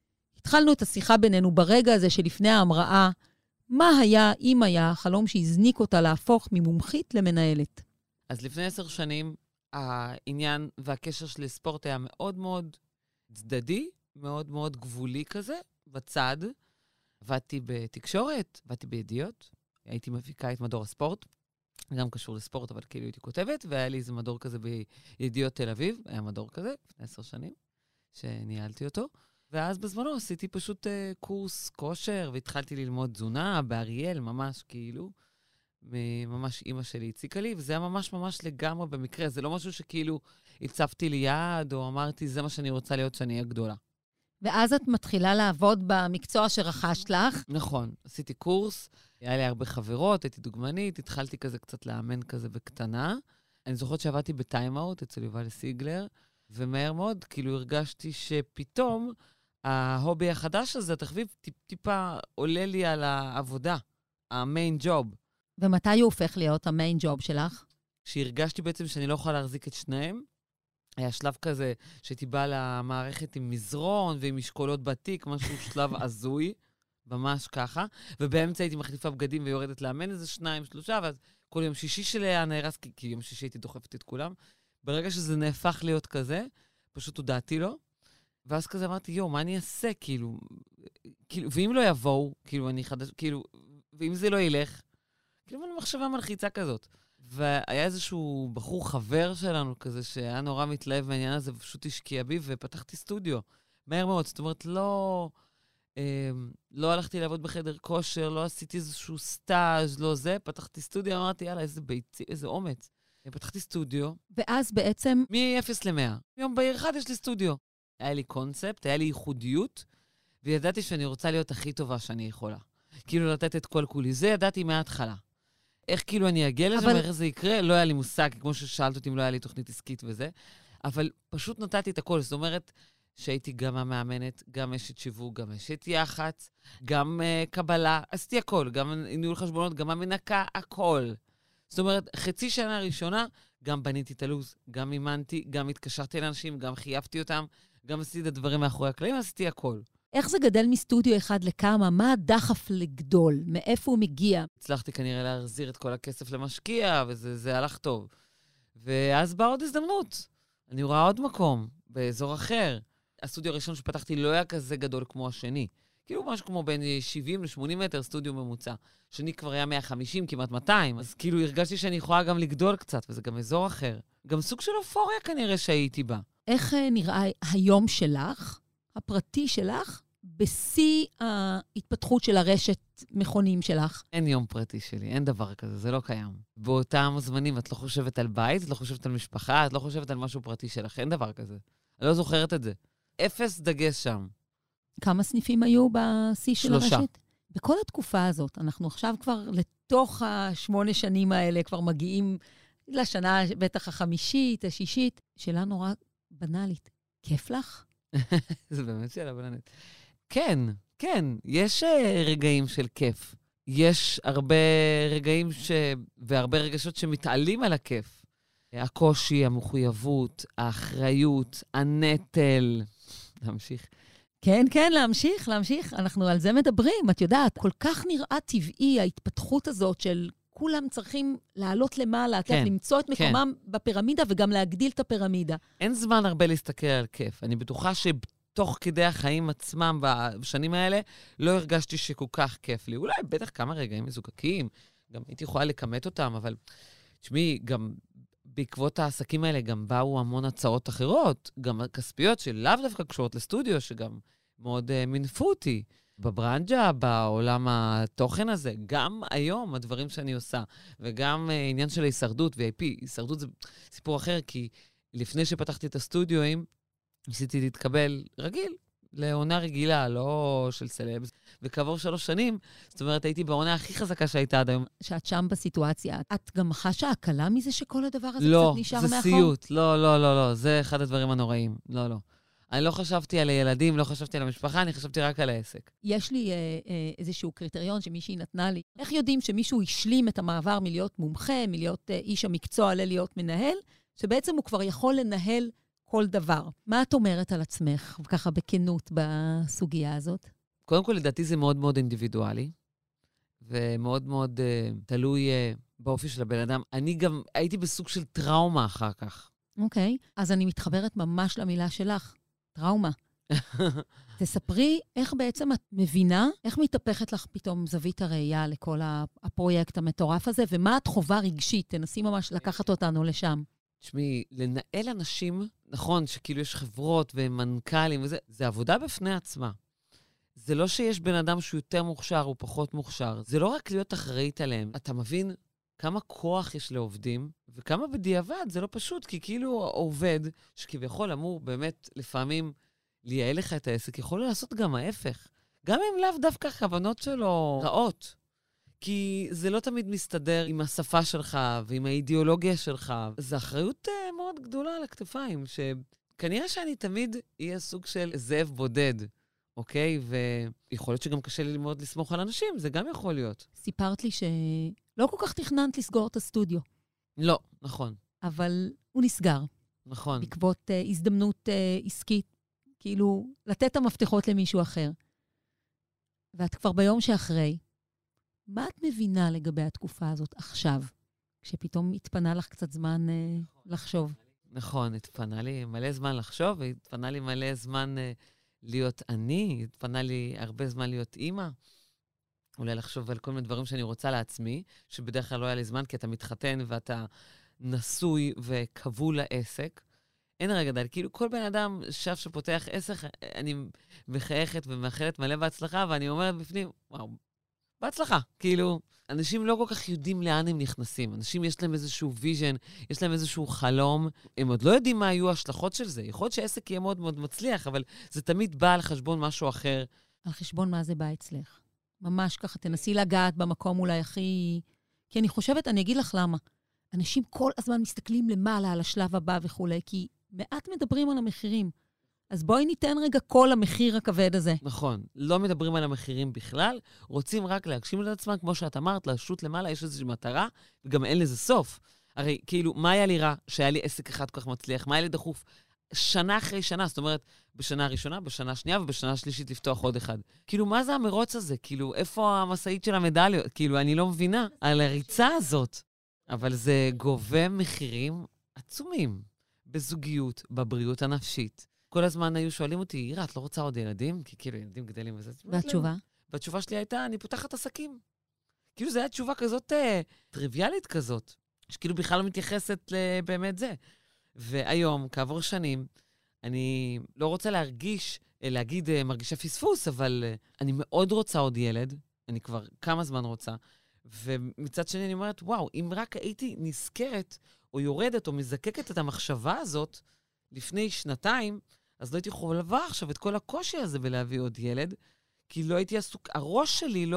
התחלנו את השיחה בינינו ברגע הזה שלפני ההמראה, מה היה, אם היה, חלום שהזניק אותה להפוך ממומחית למנהלת. אז לפני 10 שנים, העניין והקשר שלי לספורט היה מאוד מאוד צדדי, מאוד מאוד גבולי כזה, בצד. עבדתי בתקשורת, עבדתי בידיעות, הייתי מפיקה את מדור הספורט, גם קשור לספורט, אבל כאילו הייתי כותבת, והיה לי איזה מדור כזה בידיעות תל אביב, היה מדור כזה, לפני 10 שנים, שניהלתי אותו. ואז בזמנו עשיתי פשוט קורס כושר, והתחלתי ללמוד תזונה באריאל, ממש כאילו, ממש אימא שלי הציקה לי, וזה היה ממש ממש לגמרי במקרה, זה לא משהו שכאילו הצבתי לי יד, או אמרתי, זה מה שאני רוצה להיות שאני אהיה גדולה. ואז את מתחילה לעבוד במקצוע שרכשת לך. נכון, עשיתי קורס, היה לי הרבה חברות, הייתי דוגמנית, התחלתי כזה קצת לאמן כזה בקטנה. אני זוכרת שעבדתי בטיים-אוט אצל יובל סיגלר, ומהר מאוד כאילו הרגשתי שפתאום ההובי החדש הזה, התחביב טיפה עולה לי על העבודה, המיין ג'וב. ומתי הוא הופך להיות המיין ג'וב שלך? כשהרגשתי בעצם שאני לא יכולה להחזיק את שניהם, היה שלב כזה שהייתי באה למערכת עם מזרון ועם משקולות בתיק, משהו שלב הזוי, ממש ככה, ובאמצע הייתי מחליפה בגדים ויורדת לאמן איזה 2-3, ואז כל יום שישי שלי היה נהרס, כי יום שישי הייתי דוחפת את כולם. ברגע שזה נהפך להיות כזה, פשוט הודעתי לו, ואז כזה אמרתי, מה אני אעשה, כאילו, ואם לא יבואו, כאילו, אני חדש, כאילו, ואם זה לא ילך, כאילו, אני מחשבה מלחיצה כזאת. והיה איזשהו בחור חבר שלנו כזה, שהיה נורא מתלהב בעניין הזה, ופשוט השקיע בי, ופתחתי סטודיו. מהר מאוד, זאת אומרת, לא הלכתי לעבוד בחדר כושר, לא עשיתי איזשהו סטאז', לא זה, פתחתי סטודיו, אמרתי, יאללה, איזה ביצי, איזה אומץ. פתחתי סטודיו. ואז בעצם... מ-0 ל-100. יום בהיר אחד יש לי סטודיו. היה לי קונספט, היה לי ייחודיות, וידעתי שאני רוצה להיות הכי טובה שאני יכולה. כאילו לתת את כל כולי. זה ידעתי מההתחלה. איך כאילו אני אגיע לזה, ואיך זה יקרה, לא היה לי מושג, כמו ששאלת אותי אם לא היה לי תוכנית עסקית וזה, אבל פשוט נתתי את הכל. זאת אומרת שהייתי גם המאמנת, גם אשת שיווק, גם אשת יח"צ, גם קבלה, עשיתי הכל, גם ניהול חשבונות, גם המנקה, הכל. זאת אומרת, חצי שנה ראשונה, גם בניתי את הלו"ז, גם אימנתי, גם התקשרתי לאנשים, גם חייבתי אותם, גם עשיתי את הדברים מאחורי הקלעים, עשיתי הכל. איך זה גדל מסטודיו אחד לכמה? מה הדחף לגדול? מאיפה הוא מגיע? הצלחתי כנראה להחזיר את כל הכסף למשקיע, וזה הלך טוב. ואז באה עוד הזדמנות. אני רואה עוד מקום, באזור אחר. הסטודיו הראשון שפתחתי לא היה כזה גדול כמו השני. כאילו משהו כמו בין 70 ל-80 מטר סטודיו ממוצע. שני כבר היה 150, כמעט 200. אז כאילו הרגשתי שאני יכולה גם לגדול קצת, וזה גם אזור אחר. גם סוג של אופוריה כנראה שהייתי בה. איך נראה היום שלך, הפרטי שלך, בשיא ההתפתחות של הרשת מכונים שלך? אין יום פרטי שלי, אין דבר כזה, זה לא קיים. באותם זמנים את לא חושבת על בית, את לא חושבת על משפחה, את לא חושבת על משהו פרטי שלך, אין דבר כזה. אני לא זוכרת את זה. 0 דגש שם. כמה סניפים היו בשיא של 3. הרשת? בכל התקופה הזאת, אנחנו עכשיו כבר לתוך 8 שנים האלה, כבר מגיעים לשנה בטח החמישית, השישית. שאלה נורא בנאלית. כיף לך? זה באמת שאלה בנאלית. כן, כן, יש רגעים של כיף. יש הרבה רגעים והרבה רגשות שמתעלים על הכיף. הקושי, המחויבות, האחריות, הנטל. להמשיך. כן, כן, להמשיך. אנחנו על זה מדברים. את יודעת, כל כך נראה טבעי ההתפתחות הזאת של כולם צריכים לעלות למעלה, כן, למצוא את מקומם בפירמידה וגם להגדיל את הפירמידה. אין זמן הרבה להסתכל על כיף. אני בטוחה תוך כדי החיים עצמם בשנים האלה, לא הרגשתי שכל כך כיף לי. אולי בטח כמה רגעים מזוקקים, גם הייתי יכולה לקמת אותם, אבל תשמעי, גם בעקבות העסקים האלה גם באו המון הצעות אחרות, גם כספיות שלאו דווקא קשורות לסטודיו, שגם מאוד מינפו אותי בברנג'ה, בעולם התוכן הזה. גם היום הדברים שאני עושה, וגם עניין של הישרדות, VIP, הישרדות זה סיפור אחר, כי לפני שפתחתי את הסטודיואים, ניסיתי להתקבל רגיל, לעונה רגילה, לא של סלבס. וכעבור 3 שנים, זאת אומרת, הייתי בעונה הכי חזקה שהייתה עד היום. שאת שם בסיטואציה, את גם חשה הקלה מזה שכל הדבר הזה לא, קצת נשאר מאחור? לא, זה סיוט. לא, זה אחד הדברים הנוראים. לא. אני לא חשבתי על הילדים, לא חשבתי על המשפחה, אני חשבתי רק על העסק. יש לי איזשהו קריטריון שמישהי נתנה לי. איך יודעים שמישהו השלים את המעבר מלהיות מומחה, מלהיות איש המקצוע ללהיות מנהל, שבעצם הוא כבר יכול לנהל כל דבר. מה את אומרת על עצמך, ככה בכנות בסוגיה הזאת? קודם כל, לדעתי זה מאוד מאוד אינדיבידואלי, ומאוד מאוד תלוי באופי של הבן אדם. אני גם הייתי בסוג של טראומה אחר כך. אוקיי, אז אני מתחברת ממש למילה שלך, טראומה. תספרי איך בעצם את מבינה, איך מתהפכת לך פתאום זווית הראייה לכל הפרויקט המטורף הזה, ומה את חובה רגשית, תנסי ממש לקחת אותנו לשם. תשמעי, לנהל אנשים, נכון שכאילו יש חברות ומנכ"לים וזה, זה עבודה בפני עצמה. זה לא שיש בן אדם שהוא יותר מוכשר או פחות מוכשר, זה לא רק להיות אחראית עליהם. אתה מבין כמה כוח יש לעובדים, וכמה בדיעבד זה לא פשוט, כי כאילו עובד שכביכול אמור באמת לפעמים לייעל לך את העסק, יכול לעשות גם ההפך. גם אם לאו דווקא הכוונות שלו רעות. כי זה לא תמיד מסתדר עם השפה שלך ויעם האידיאולוגיה שלך. זו אחריות מאוד גדולה על הכתפיים, שכנראה שאני תמיד אהיה סוג של זאב בודד, אוקיי? ויכול להיות שגם קשה לי ללמוד לסמוך על אנשים, זה גם יכול להיות. סיפרת לי שלא כל כך תכננת לסגור את הסטודיו. לא, נכון. אבל הוא נסגר. נכון. בעקבות הזדמנות עסקית, כאילו לתת את המפתחות למישהו אחר. ואת כבר ביום שאחרי, מה את מבינה לגבי התקופה הזאת עכשיו, כשפתאום התפנה לך קצת זמן לחשוב? נכון, התפנה לי מלא זמן לחשוב, והתפנה לי מלא זמן להיות אני, התפנה לי הרבה זמן להיות אימא, אולי לחשוב על כל מיני דברים שאני רוצה לעצמי, שבדרך כלל לא היה לי זמן, כי אתה מתחתן ואתה נשוי וכבול לעסק. אין רגע די, כאילו כל בן אדם שפותח עסק, אני מחייכת ומאחלת מלא בהצלחה, ואני אומרת בפנים, וואו, בהצלחה. כאילו, אנשים לא כל כך יודעים לאן הם נכנסים. אנשים יש להם איזשהו ויז'ן, יש להם איזשהו חלום. הם עוד לא יודעים מה היו ההשלכות של זה. יכול להיות שהעסק יהיה מאוד מאוד מצליח, אבל זה תמיד בא על חשבון משהו אחר. על חשבון מה זה בא אצלך. ממש ככה, תנסי לגעת במקום אולי הכי... כי אני חושבת, אני אגיד לך למה. אנשים כל הזמן מסתכלים למעלה על השלב הבא וכו', כי מעט מדברים על המחירים. אז בואי ניתן רגע כל המחיר הכבד הזה. נכון, לא מדברים על המחירים בכלל, רוצים רק להגשים את עצמם, כמו שאת אמרת, לשוט למעלה, יש איזושהי מטרה, וגם אין לזה סוף. הרי כאילו, מה היה לי רע שהיה לי עסק אחד כל כך מצליח? מה היה לי דחוף? שנה אחרי שנה, זאת אומרת, בשנה הראשונה, בשנה השנייה ובשנה השלישית לפתוח עוד אחד. כאילו, מה זה המרוץ הזה? כאילו, איפה המסעית של המדליות? כאילו, אני לא מבינה על הריצה הזאת. אבל זה גובה מחירים עצומים בזוגיות, בבריאות הנפשית. כל הזמן היו שואלים אותי, אירה, את לא רוצה עוד ילדים? כי כאילו, ילדים גדלים וזה. והתשובה? והתשובה שלי הייתה, אני פותחת עסקים. כאילו, זו הייתה תשובה כזאת טריוויאלית כזאת, שכאילו בכלל לא מתייחסת לבאמת זה. והיום, כעבור שנים, אני לא רוצה להגיד מרגישה פספוס, אבל אני מאוד רוצה עוד ילד, אני כבר כמה זמן רוצה, ומצד שני אני אומרת, וואו, אם רק הייתי נזכרת, או יורדת, או מזקקת את המחשבה הזאת, לפני שנתיים, אז לא הייתי יכולה עכשיו את כל הקושי הזה בלהביא עוד ילד, כי לא הייתי עסוק, הראש שלי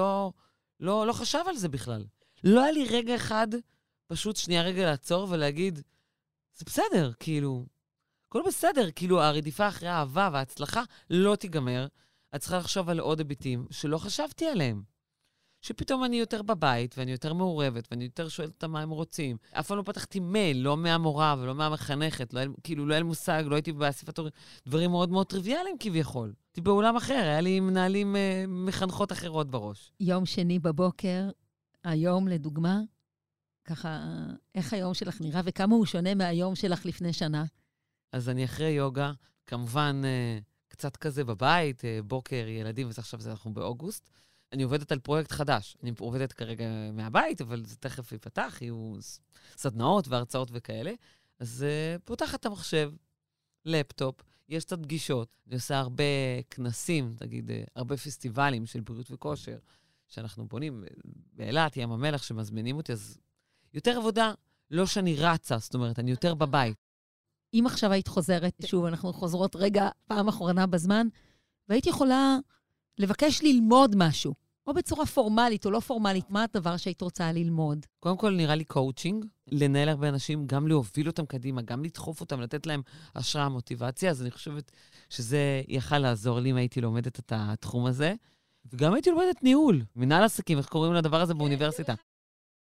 לא חשב על זה בכלל. לא היה לי רגע אחד, פשוט שנייה רגע לעצור ולהגיד, זה בסדר, כאילו, הכל בסדר, כאילו, הרדיפה אחרי האהבה וההצלחה לא תיגמר. את צריכה לחשוב על עוד היבטים שלא חשבתי עליהם. שפתאום אני יותר בבית, ואני יותר מעורבת, ואני יותר שואלת אותם מה הם רוצים. אף פעם לא פתחתי מייל, לא מהמורה ולא מהמחנכת, כאילו לא היה לי מושג, לא הייתי באספת הורים, דברים מאוד מאוד טריוויאליים כביכול. הייתי בעולם אחר, היה לי מנהלים מחנכות אחרות בראש. יום שני בבוקר, היום לדוגמה, ככה, איך היום שלך נראה וכמה הוא שונה מהיום שלך לפני שנה? אז אני אחרי יוגה, כמובן קצת כזה בבית, בוקר, ילדים, ועכשיו אנחנו באוגוסט. אני עובדת על פרויקט חדש. אני עובדת כרגע מהבית, אבל זה תכף ייפתח, יהיו סדנאות והרצאות וכאלה. אז פותחת את המחשב, לפטופ, יש קצת פגישות. אני עושה הרבה כנסים, תגיד, הרבה פסטיבלים של בריאות וכושר, שאנחנו בונים באילת, ים המלח, שמזמינים אותי, אז יותר עבודה, לא שאני רצה, זאת אומרת, אני יותר בבית. אם עכשיו היית חוזרת, שוב, אנחנו חוזרות רגע פעם אחרונה בזמן, והיית יכולה לבקש ללמוד משהו, או בצורה פורמלית או לא פורמלית, מה הדבר שהיית רוצה ללמוד? קודם כל נראה לי קואוצ'ינג, לנהל הרבה אנשים, גם להוביל אותם קדימה, גם לדחוף אותם, לתת להם השראה, מוטיבציה, אז אני חושבת שזה יכל לעזור לי אם הייתי לומדת את התחום הזה, וגם הייתי לומדת ניהול, מנהל עסקים, איך קוראים לדבר הזה באוניברסיטה.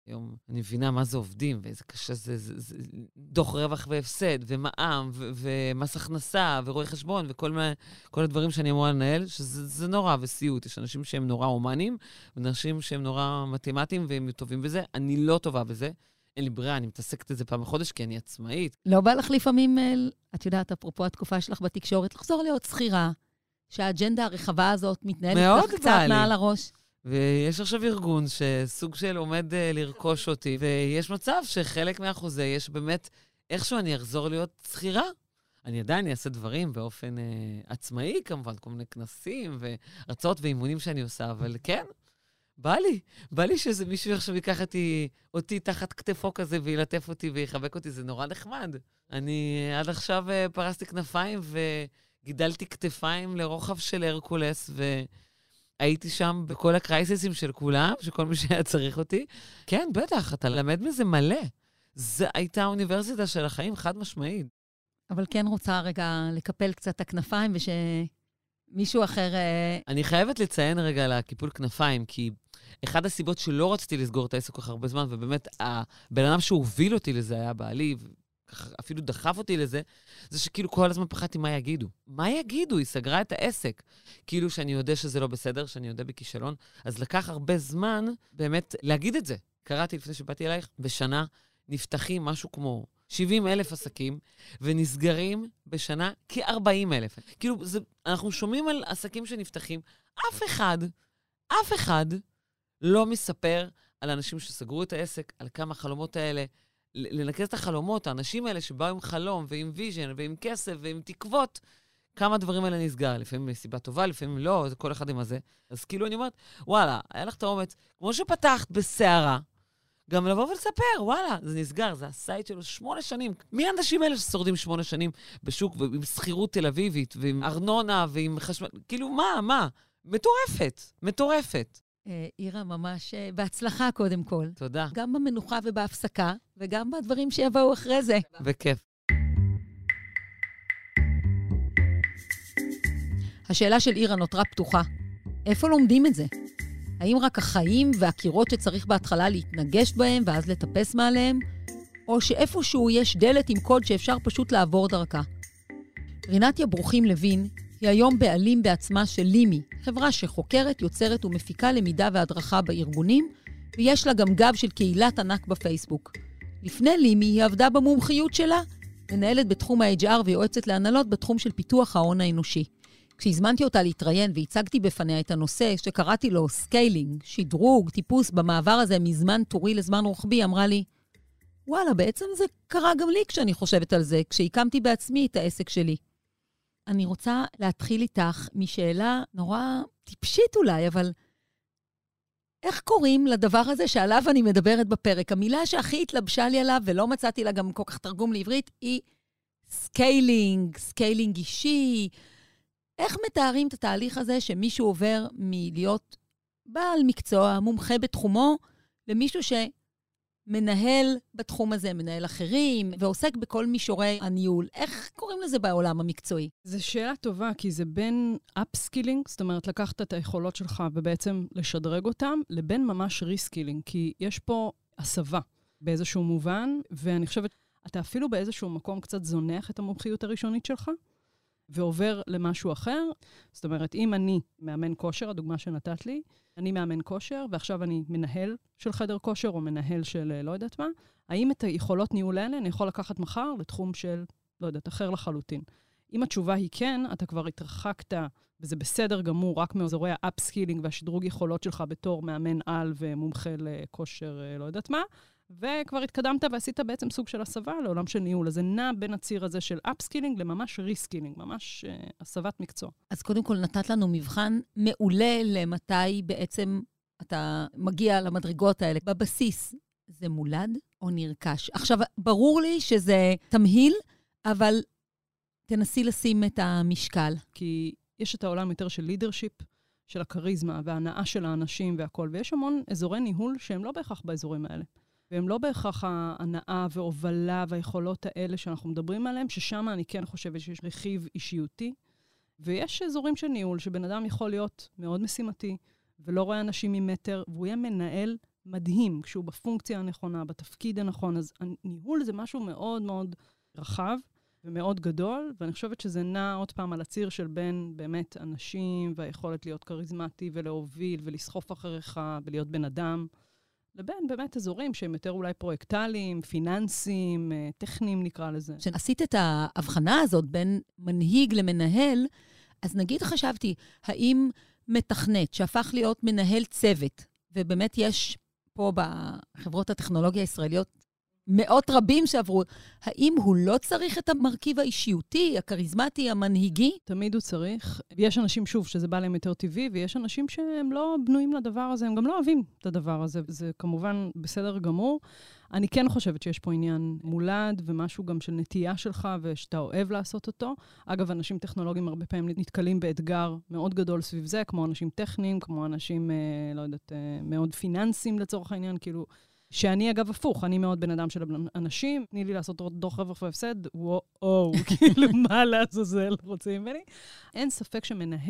היום אני מבינה מה זה עובדים, ואיזה קשה זה דוח רווח והפסד, ומע"מ, ומס הכנסה, ורואי חשבון, וכל הדברים שאני אמורה לנהל, שזה נורא וסיוט. יש אנשים שהם נורא אומנים, ואנשים שהם נורא מתמטיים, והם טובים בזה. אני לא טובה בזה. אין לי ברירה, אני מתעסקת את זה פעם בחודש, כי אני עצמאית. לא בא לך לפעמים, את יודעת, אפרופו התקופה שלך בתקשורת, לחזור להיות שכירה, שהאג'נדה הרחבה הזאת מתנהלת לך קצת מעל הראש. ויש עכשיו ארגון שסוג של עומד לרכוש אותי, ויש מצב שחלק מהחוזה יש באמת, איכשהו אני אחזור להיות שכירה. אני עדיין אעשה דברים באופן עצמאי, כמובן, כל מיני כנסים והרצאות ואימונים שאני עושה, אבל כן, בא לי שזה מישהו עכשיו ייקח אותי תחת כתפו כזה, וילטף אותי ויחבק אותי, זה נורא נחמד. אני עד עכשיו פרסתי כנפיים וגידלתי כתפיים לרוחב של הרקולס, הייתי שם בכל הקרייסיסים של כולם, שכל מי שהיה צריך אותי. כן, בטח, אתה למד מזה מלא. זו הייתה האוניברסיטה של החיים, חד משמעית. אבל כן רוצה רגע לקפל קצת את הכנפיים, ושמישהו אחר... אני חייבת לציין רגע על הקיפול כנפיים, כי אחד הסיבות שלא רציתי לסגור את העסק כל כך הרבה זמן, ובאמת הבן אדם שהוביל אותי לזה היה בעלי, אפילו דחף אותי לזה, זה שכאילו כל הזמן פחדתי מה יגידו. מה יגידו? היא סגרה את העסק. כאילו שאני יודע שזה לא בסדר, שאני יודע בכישלון. אז לקח הרבה זמן באמת להגיד את זה. קראתי לפני שבאתי אלייך, בשנה נפתחים משהו כמו 70,000 עסקים, ונסגרים בשנה כ-40,000. כאילו, אנחנו שומעים על עסקים שנפתחים, אף אחד לא מספר על אנשים שסגרו את העסק, על כמה החלומות האלה, לנקז את החלומות, האנשים האלה שבאו עם חלום ועם ויז'ן ועם כסף ועם תקוות, כמה דברים האלה נסגר. לפעמים מסיבה טובה, לפעמים לא, זה כל אחד עם הזה. אז כאילו אני אומרת, וואלה, היה לך את האומץ, כמו שפתחת בסערה, גם לבוא ולספר, וואלה, זה נסגר, זה הסייט שלו 8 שנים. מי האנשים האלה ששורדים 8 שנים בשוק ועם שכירות תל אביבית ועם ארנונה ועם חשמל? כאילו, מה? מטורפת. אירה, ממש בהצלחה קודם כל. תודה. גם במנוחה ובהפסקה, וגם בדברים שיבואו אחרי זה. בכיף. השאלה של אירה נותרה פתוחה. איפה לומדים את זה? האם רק החיים והקירות שצריך בהתחלה להתנגש בהם ואז לטפס מעליהם? או שאיפשהו יש דלת עם קוד שאפשר פשוט לעבור דרכה? רינתיה ברוכים לוין היא היום בעלים בעצמה של לימי, חברה שחוקרת, יוצרת ומפיקה למידה והדרכה בארגונים, ויש לה גם גב של קהילת ענק בפייסבוק. לפני לימי היא עבדה במומחיות שלה, מנהלת בתחום ה-HR ויועצת להנהלות בתחום של פיתוח ההון האנושי. כשהזמנתי אותה להתראיין והצגתי בפניה את הנושא שקראתי לו סקיילינג, שדרוג, טיפוס במעבר הזה מזמן טורי לזמן רוחבי, אמרה לי, וואלה, בעצם זה קרה גם לי כשאני חושבת על זה, כשהקמתי בעצמי את העסק שלי. אני רוצה להתחיל איתך משאלה נורא טיפשית אולי, אבל איך קוראים לדבר הזה שעליו אני מדברת בפרק? המילה שהכי התלבשה לי עליו, ולא מצאתי לה גם כל כך תרגום לעברית, היא סקיילינג, סקיילינג אישי. איך מתארים את התהליך הזה שמישהו עובר מלהיות בעל מקצוע, מומחה בתחומו, למישהו שמנהל בתחום הזה, מנהל אחרים, ועוסק בכל מישורי הניהול? איך קוראים לזה בעולם המקצועי? זו שאלה טובה, כי זה בין אפסקילינג, זאת אומרת, לקחת את היכולות שלך ובעצם לשדרג אותם, לבין ממש ריסקילינג, כי יש פה הסבה באיזשהו מובן, ואני חושבת, אתה אפילו באיזשהו מקום קצת זונח את המומחיות הראשונית שלך, ועובר למשהו אחר. זאת אומרת, אם אני מאמן כושר, הדוגמה שנתת לי, אני מאמן כושר, ועכשיו אני מנהל של חדר כושר, או מנהל של לא יודעת מה, האם את היכולות ניהול האלה אני יכול לקחת מחר לתחום של, לא יודעת, אחר לחלוטין? אם התשובה היא כן, אתה כבר התרחקת, וזה בסדר גמור, רק מאזורי האפסקילינג והשדרוג יכולות שלך בתור מאמן על ומומחה לכושר, לא יודעת מה, וכבר התקדמת ועשית בעצם סוג של הסבה לעולם של ניהול. אז זה נע בין הציר הזה של אפסקילינג לממש ריסקילינג, ממש הסבת מקצוע. אז קודם כל נתת לנו מבחן מעולה למתי בעצם אתה מגיע למדרגות האלה. בבסיס זה מולד או נרכש? עכשיו, ברור לי שזה תמהיל, אבל תנסי לשים את המשקל. כי יש את העולם יותר של לידרשיפ, של הקריזמה וההנאה של האנשים והכל, ויש המון אזורי ניהול שהם לא בהכרח באזורים האלה. והם לא בהכרח ההנאה והובלה והיכולות האלה שאנחנו מדברים עליהם, ששם אני כן חושבת שיש רכיב אישיותי, ויש אזורים של ניהול שבן אדם יכול להיות מאוד משימתי, ולא רואה אנשים ממטר, והוא יהיה מנהל מדהים, כשהוא בפונקציה הנכונה, בתפקיד הנכון, אז הניהול זה משהו מאוד מאוד רחב ומאוד גדול, ואני חושבת שזה נע עוד פעם על הציר של בין באמת אנשים והיכולת להיות כריזמטי ולהוביל ולסחוף אחריך ולהיות בן אדם, לבין באמת אזורים שהם יותר אולי פרויקטליים, פיננסיים, טכניים נקרא לזה. כשעשית את ההבחנה הזאת בין מנהיג למנהל, אז נגיד חשבתי, האם מתכנת שהפך להיות מנהל צוות, ובאמת יש פה בחברות הטכנולוגיה הישראליות מאות רבים שעברו, האם הוא לא צריך את המרכיב האישיותי, הכריזמטי, המנהיגי? תמיד הוא צריך. יש אנשים, שוב, שזה בא להם יותר טבעי, ויש אנשים שהם לא בנויים לדבר הזה, הם גם לא אוהבים את הדבר הזה. זה כמובן בסדר גמור. אני כן חושבת שיש פה עניין מולד, ומשהו גם של נטייה שלך, ושאתה אוהב לעשות אותו. אגב, אנשים טכנולוגיים הרבה פעמים נתקלים באתגר מאוד גדול סביב זה, כמו אנשים טכניים, כמו אנשים, לא יודעת, מאוד פיננסיים לצורך העניין, כאילו, שאני אגב הפוך, אני מאוד בן אדם של אנשים, תני לי לעשות דוח רווח והפסד, וואו, כאילו מה לעזאזל רוצים ממני. אין ספק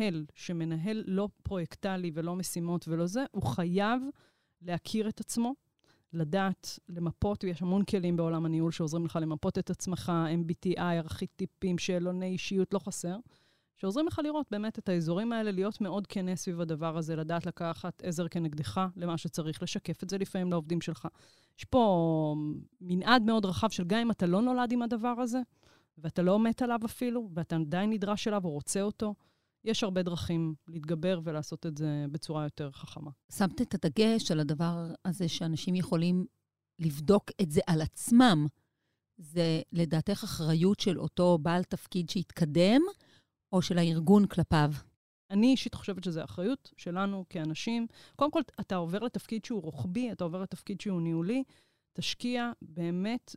שמנהל לא פרויקטלי ולא משימות ולא זה, הוא חייב להכיר את עצמו, לדעת, למפות, ויש המון כלים בעולם הניהול שעוזרים לך למפות את עצמך, MBTI, ארכיטיפים, שאלוני אישיות, לא חסר, שעוזרים לך לראות באמת את האזורים האלה, להיות מאוד כנה סביב הדבר הזה, לדעת לקחת עזר כנגדך למה שצריך, לשקף את זה לפעמים לעובדים שלך. יש פה מנעד מאוד רחב של גם אם אתה לא נולד עם הדבר הזה, ואתה לא מת עליו אפילו, ואתה עדיין נדרש אליו או רוצה אותו, יש הרבה דרכים להתגבר ולעשות את זה בצורה יותר חכמה. שמת את הדגש על הדבר הזה שאנשים יכולים לבדוק את זה על עצמם. זה לדעתך אחריות של אותו בעל תפקיד שהתקדם, או של הארגון כלפיו? אני אישית חושבת שזה אחריות שלנו כאנשים. קודם כל, אתה עובר לתפקיד שהוא רוחבי, אתה עובר לתפקיד שהוא ניהולי, תשקיע באמת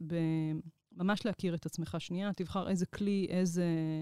ממש להכיר את עצמך שנייה, תבחר איזה כלי, איזה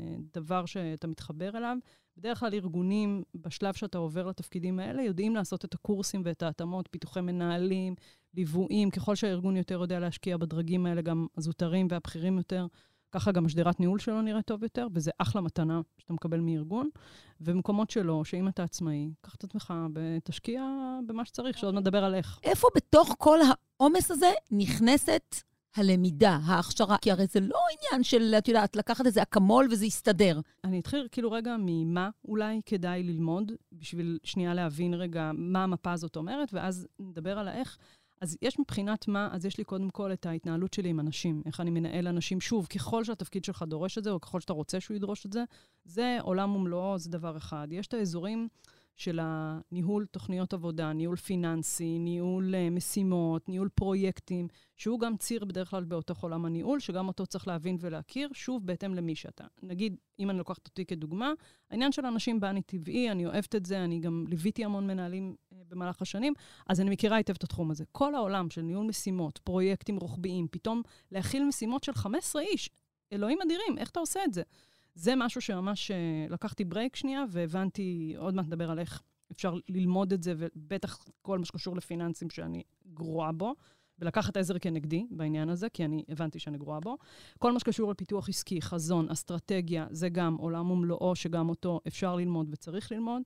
דבר שאתה מתחבר אליו. בדרך כלל ארגונים, בשלב שאתה עובר לתפקידים האלה, יודעים לעשות את הקורסים ואת ההתאמות, פיתוחי מנהלים, ליוויים, ככל שהארגון יותר יודע להשקיע בדרגים האלה, גם הזוטרים והבכירים יותר, ככה גם השדרת ניהול שלו נראה טוב יותר, וזה אחלה מתנה שאתה מקבל מארגון. ובמקומות שלו, שאם אתה עצמאי, קח את עצמך ותשקיע במה שצריך, שעוד נדבר על איך. איפה בתוך כל העומס הזה נכנסת הלמידה, ההכשרה? כי הרי זה לא עניין של, את יודעת, לקחת איזה אקמול וזה יסתדר. אני אתחיל כאילו רגע ממה אולי כדאי ללמוד, בשביל שנייה להבין רגע מה המפה הזאת אומרת, ואז נדבר על האיך. אז יש מבחינת מה, אז יש לי קודם כל את ההתנהלות שלי עם אנשים, איך אני מנהל אנשים. שוב, ככל שהתפקיד שלך דורש את זה, או ככל שאתה רוצה שהוא ידרוש את זה, זה עולם ומלואו, זה דבר אחד. יש את האזורים של הניהול תוכניות עבודה, ניהול פיננסי, ניהול משימות, ניהול פרויקטים, שהוא גם ציר בדרך כלל באותו עולם הניהול, שגם אותו צריך להבין ולהכיר, שוב בהתאם למי שאתה. נגיד, אם אני לוקחת אותי כדוגמה, העניין של אנשים בא אני טבעי, אני אוהבת את זה, אני גם ליוויתי המון מנהלים במהלך השנים, אז אני מכירה היטב את התחום הזה. כל העולם של ניהול משימות, פרויקטים רוחביים, פתאום להכיל משימות של 15 איש, אלוהים אדירים, איך אתה עושה את זה? זה משהו שממש לקחתי ברייק שנייה, והבנתי, עוד מעט נדבר על איך אפשר ללמוד את זה, ובטח כל מה שקשור לפיננסים שאני גרועה בו, ולקחת עזר כנגדי בעניין הזה, כי אני הבנתי שאני גרועה בו. כל מה שקשור לפיתוח עסקי, חזון, אסטרטגיה, זה גם עולם ומלואו, שגם אותו אפשר ללמוד וצריך ללמוד.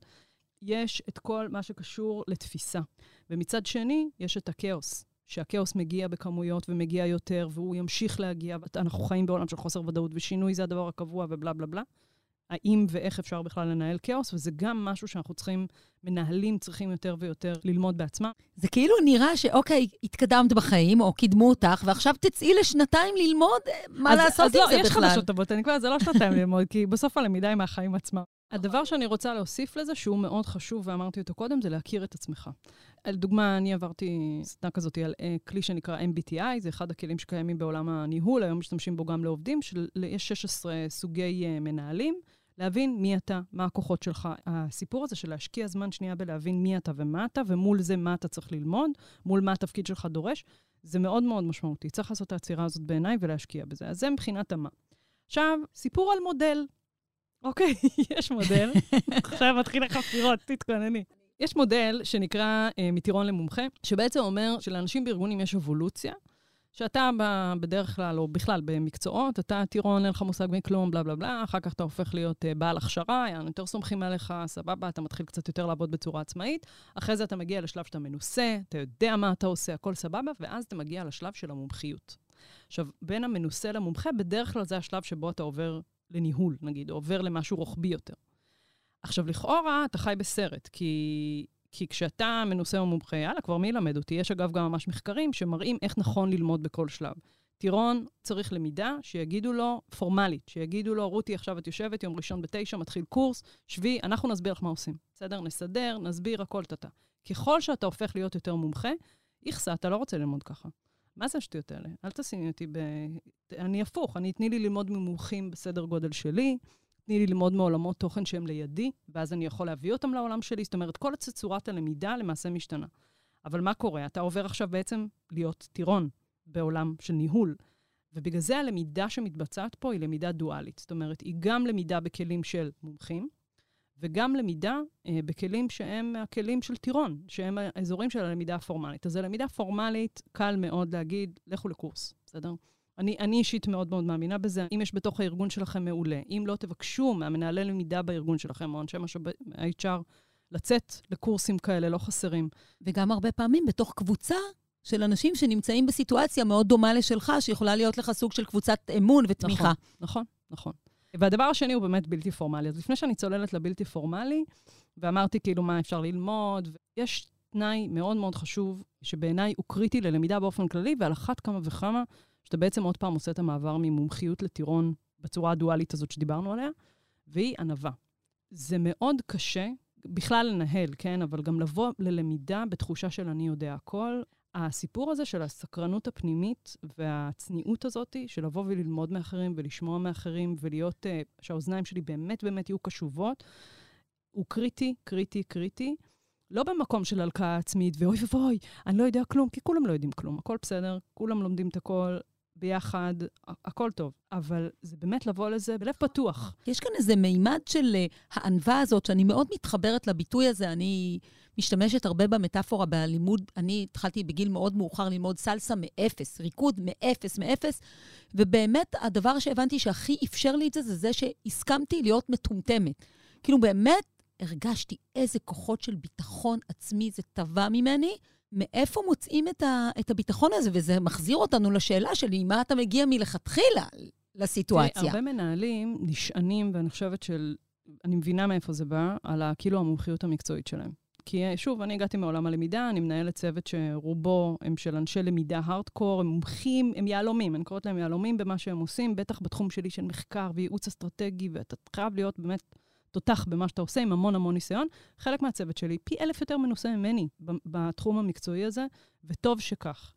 יש את כל מה שקשור לתפיסה. ומצד שני, יש את הכאוס. שהכאוס מגיע בכמויות ומגיע יותר, והוא ימשיך להגיע. אנחנו חיים בעולם של חוסר ודאות, ושינוי זה הדבר הקבוע ובלה בלה בלה. האם ואיך אפשר בכלל לנהל כאוס, וזה גם משהו שאנחנו מנהלים צריכים יותר ויותר ללמוד בעצמם. זה כאילו נראה שאוקיי, התקדמת בחיים, או קידמו אותך, ועכשיו תצאי לשנתיים ללמוד מה לעשות עם זה בכלל. אז יש חדשות טובות, אני כבר, זה לא שנתיים ללמוד, כי בסוף הלמידה היא מהחיים עצמם. הדבר שאני רוצה להוסיף לזה, שהוא מאוד חשוב, ואמרתי אותו קודם, זה להכיר את עצמך. לדוגמה, אני עברתי סדנה כזאת על כלי שנקרא MBTI, זה אחד הכלים שקיימים בעולם הניהול, היום משתמשים בו גם לעובדים, יש 16 סוגי מנהלים, להבין מי אתה, מה הכוחות שלך. הסיפור הזה של להשקיע זמן שנייה בלהבין מי אתה ומה אתה, ומול זה מה אתה צריך ללמוד, מול מה התפקיד שלך דורש, זה מאוד מאוד משמעותי. צריך לעשות את העצירה הזאת בעיניי ולהשקיע בזה. אז זה מבחינת המה. עכשיו, סיפור על מודל. אוקיי, יש מודל. עכשיו מתחיל החפירות, תתכונני. יש מודל שנקרא מטירון למומחה, שבעצם אומר שלאנשים בארגונים יש אבולוציה, שאתה בדרך כלל, או בכלל במקצועות, אתה טירון, אין לך מושג מכלום, בלה בלה בלה, אחר כך אתה הופך להיות בעל הכשרה, יותר סומכים עליך, סבבה, אתה מתחיל קצת יותר לעבוד בצורה עצמאית, אחרי זה אתה מגיע לשלב שאתה מנוסה, אתה יודע מה אתה עושה, הכל סבבה, ואז אתה מגיע לשלב של המומחיות. עכשיו, בין המנוסה למומחה, בדרך כלל זה השלב שבו אתה עובר לניהול, נגיד, או עובר למשהו רוחבי יותר. עכשיו, לכאורה, אתה חי בסרט, כי כשאתה מנוסה ומומחה, יאללה, כבר מי ילמד אותי? יש אגב גם ממש מחקרים שמראים איך נכון ללמוד בכל שלב. טירון צריך למידה שיגידו לו פורמלית, שיגידו לו, רותי, עכשיו את יושבת, יום ראשון ב9, מתחיל קורס, שבי, אנחנו נסביר לך מה עושים. בסדר? נסדר, נסביר, הכל תתה. ככל שאתה הופך להיות יותר מומחה, יחסה, אתה לא רוצה ללמוד ככה. מה זה השטויות האלה? אל תשימי אותי אני הפוך, תני לי ללמוד ממומחים בסדר גודל שלי, תני לי ללמוד מעולמות תוכן שהם לידי, ואז אני יכול להביא אותם לעולם שלי. זאת אומרת, כל צורת הלמידה למעשה משתנה. אבל מה קורה? אתה עובר עכשיו בעצם להיות טירון בעולם של ניהול. ובגלל זה הלמידה שמתבצעת פה היא למידה דואלית. זאת אומרת, היא גם למידה בכלים של מומחים, וגם למידה בכלים שהם הכלים של טירון, שהם האזורים של הלמידה הפורמלית. אז הלמידה פורמלית, קל מאוד להגיד, לכו לקורס, בסדר? אני אישית מאוד מאוד מאמינה בזה. אם יש בתוך הארגון שלכם מעולה, אם לא תבקשו מהמנהלי למידה בארגון שלכם, או אנשי משאבי HR, לצאת לקורסים כאלה, לא חסרים. וגם הרבה פעמים בתוך קבוצה של אנשים שנמצאים בסיטואציה מאוד דומה לשלך, שיכולה להיות לך סוג של קבוצת אמון ותמיכה. נכון. והדבר השני הוא באמת בלתי פורמלי. אז לפני שאני צוללת לבלתי פורמלי, ואמרתי כאילו מה אפשר ללמוד, יש תנאי מאוד מאוד חשוב, שבעיניי הוא קריטי ללמידה באופן כללי, ועל אחת כמה וכמה, שאתה בעצם עוד פעם עושה את המעבר ממומחיות לטירון בצורה הדואלית הזאת שדיברנו עליה, והיא ענווה. זה מאוד קשה, בכלל לנהל, כן? אבל גם לבוא ללמידה בתחושה של אני יודע הכל. הסיפור הזה של הסקרנות הפנימית והצניעות הזאת, של לבוא וללמוד מאחרים ולשמוע מאחרים, ולהיות שהאוזניים שלי באמת באמת יהיו קשובות, הוא קריטי. לא במקום של הלקאה עצמית, ואוי ובוי, אני לא יודע כלום, כי כולם לא יודעים כלום. הכל בסדר, כולם לומדים את הכל ביחד, הכל טוב. אבל זה באמת לבוא לזה בלב פתוח. יש כאן איזה מימד של הענווה הזאת, שאני מאוד מתחברת לביטוי הזה. אני משתמשת הרבה במטאפורה בלימוד. אני התחלתי בגיל מאוד מאוחר ללמוד סלסה מאפס, ריקוד מאפס, ובאמת הדבר שהבנתי שהכי אפשר לי את זה, זה שהסכמתי להיות מטומטמת. כאילו באמת, הרגשתי איזה כוחות של ביטחון עצמי, זה טבע ממני, מאיפה מוצאים את הביטחון הזה, וזה מחזיר אותנו לשאלה שלי, מה אתה מגיע מלכתחילה לסיטואציה. הרבה מנהלים נשענים, ואני חושבת אני מבינה מאיפה זה בא, על כאילו המומחיות המקצועית שלהם. כי שוב, אני הגעתי מעולם הלמידה, אני מנהלת צוות שרובו הם של אנשי למידה הארדקור, הם מומחים, הם יעלומים, אני קוראת להם יעלומים במה שהם עושים, בטח בתחום שלי של מחקר וייעוץ אסטרטגי, ואתה חייב להיות באמת תותח במה שאתה עושה, עם המון ניסיון. חלק מהצוות שלי, פי 1000 יותר מנוסה ממני בתחום המקצועי הזה, וטוב שכך.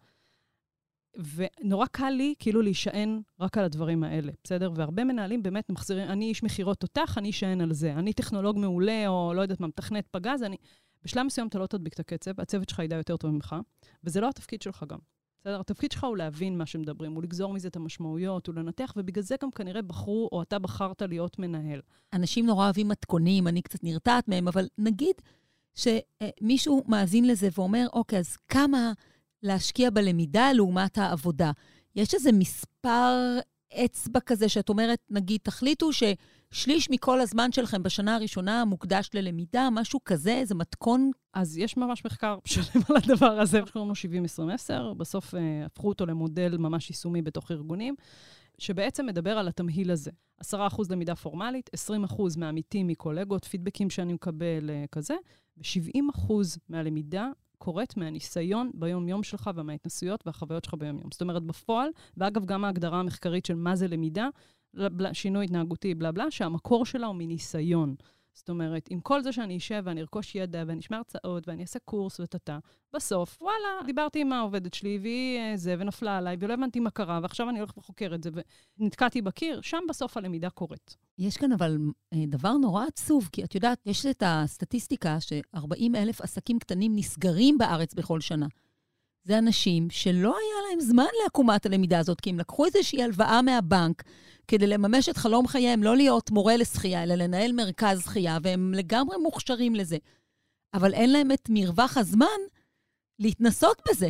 ונורא קל לי כאילו להישען רק על הדברים האלה, בסדר? והרבה מנהלים באמת מחזירים, אני איש מחירות תותח, אני אשען על זה. אני טכנולוג מעולה, או לא יודעת מה, מתכנת פגז, בשלב מסוים אתה לא תדביק את הקצב, הצוות שלך ידע יותר טוב ממך, וזה לא התפקיד שלך גם. בסדר? התפקיד שלך הוא להבין מה שמדברים, הוא לגזור מזה את המשמעויות, הוא לנתח, ובגלל זה גם כנראה בחרו, או אתה בחרת להיות מנהל. אנשים נורא אוהבים מתכונים, אני קצת נרתעת מהם, אבל נגיד שמישהו מאזין לזה ואומר, אוקיי, אז כמה להשקיע בלמידה לעומת העבודה? יש איזה מספר אצבע כזה שאת אומרת, נגיד, תחליטו ששליש מכל הזמן שלכם בשנה הראשונה מוקדש ללמידה, משהו כזה, איזה מתכון? אז יש ממש מחקר שלם על הדבר הזה, שקוראים לו 70-20-10, בסוף הפכו אותו למודל ממש יישומי בתוך ארגונים, שבעצם מדבר על התמהיל הזה. 10% למידה פורמלית, 20% מהעמיתים מקולגות, פידבקים שאני מקבל כזה, ו70% מהלמידה קורית מהניסיון ביום-יום שלך ומההתנסויות והחוויות שלך ביום-יום. זאת אומרת, בפועל, ואגב גם ההגדרה המחקרית של מה זה למידה, שינוי התנהגותי, בלה בלה, שהמקור שלה הוא מניסיון. זאת אומרת, עם כל זה שאני אשב ואני ארכוש ידע ואני אשמע הרצאות ואני אעשה קורס ותתה, בסוף, וואלה, דיברתי עם העובדת שלי והיא זה ונפלה עליי ולא הבנתי מה קרה, ועכשיו אני הולך וחוקר את זה ונתקעתי בקיר, שם בסוף הלמידה קורית. יש כאן אבל דבר נורא עצוב, כי את יודעת, יש את הסטטיסטיקה ש40,000 עסקים קטנים נסגרים בארץ בכל שנה. זה אנשים שלא היה להם זמן לעקומת הלמידה הזאת, כי הם לקחו איזושהי הלוואה מהבנק, כדי לממש את חלום חייהם, לא להיות מורה לשחייה, אלא לנהל מרכז שחייה, והם לגמרי מוכשרים לזה. אבל אין להם את מרווח הזמן להתנסות בזה.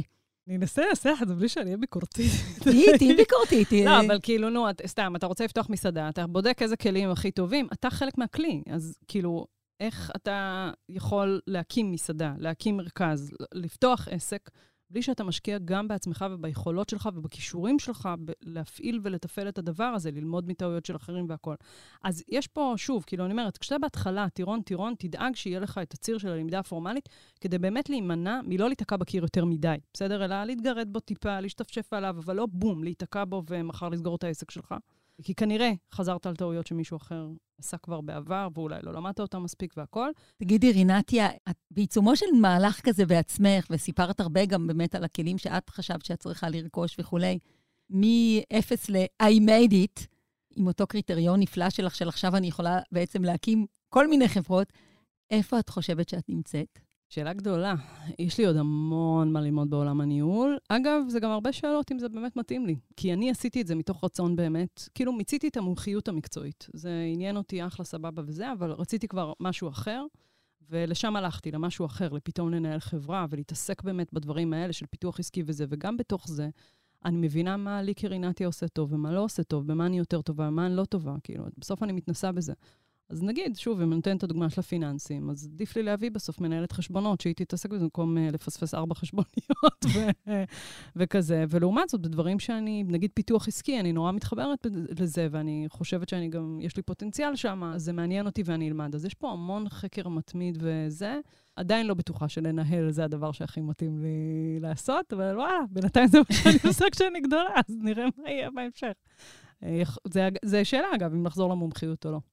אני אנסה לנסח את זה בלי שאני אהיה ביקורתית. תהיי ביקורתית. לא, אבל כאילו, נו, סתם, אתה רוצה לפתוח מסעדה, אתה בודק איזה כלים הכי טובים, אתה חלק מהכלי, אז כאילו, איך אתה יכול להקים מסעדה, להקים מרכז, לפתוח עסק, בלי שאתה משקיע גם בעצמך וביכולות שלך ובכישורים שלך, להפעיל ולתפעל את הדבר הזה, ללמוד מטעויות של אחרים והכל. אז יש פה, שוב, כאילו אני אומרת, כשאתה בהתחלה, טירון, תדאג שיהיה לך את הציר של הלמידה הפורמלית, כדי באמת להימנע מלא להתקע בקיר יותר מדי, בסדר? אלא להתגרד בו טיפה, להשתפשף עליו, אבל לא בום, להתקע בו ומחר לסגור את העסק שלך. כי כנראה חזרת על טעויות שמישהו אחר עשה כבר בעבר, ואולי לא למדת אותה מספיק והכל. תגידי, רינתיה, את בעיצומו של מהלך כזה בעצמך, וסיפרת הרבה גם באמת על הכלים שאת חשבת שאת צריכה לרכוש וכולי, מ-0 ל-I made it, עם אותו קריטריון נפלא שלך, של עכשיו אני יכולה בעצם להקים כל מיני חברות, איפה את חושבת שאת נמצאת? שאלה גדולה. יש לי עוד המון מה ללמוד בעולם הניהול. אגב, זה גם הרבה שאלות אם זה באמת מתאים לי. כי אני עשיתי את זה מתוך רצון באמת, כאילו מיציתי את המומחיות המקצועית. זה עניין אותי אחלה סבבה וזה, אבל רציתי כבר משהו אחר, ולשם הלכתי, למשהו אחר, לפתאום לנהל חברה, ולהתעסק באמת בדברים האלה של פיתוח עסקי וזה, וגם בתוך זה, אני מבינה מה לי כרינתיה עושה טוב, ומה לא עושה טוב, במה אני יותר טובה, ומה אני לא טובה. כאילו, בסוף אני מתנסה בזה. אז נגיד, שוב, אם אני נותן את הדוגמה של הפיננסים, אז עדיף לי להביא בסוף מנהלת חשבונות, שהיא תתעסק בזה במקום לפספס 4 חשבוניות וכזה. ולעומת זאת, בדברים שאני, נגיד פיתוח עסקי, אני נורא מתחברת לזה, ואני חושבת שאני גם, יש לי פוטנציאל שם, אז זה מעניין אותי ואני אלמד. אז יש פה המון חקר מתמיד וזה. עדיין לא בטוחה שלנהל זה הדבר שהכי מתאים לי לעשות, אבל וואלה, בינתיים זה מה שאני עושה כשאני גדולה, אז נראה מה יהיה בהמשך. זה שאלה, אגב, אם נחזור למומחיות או לא.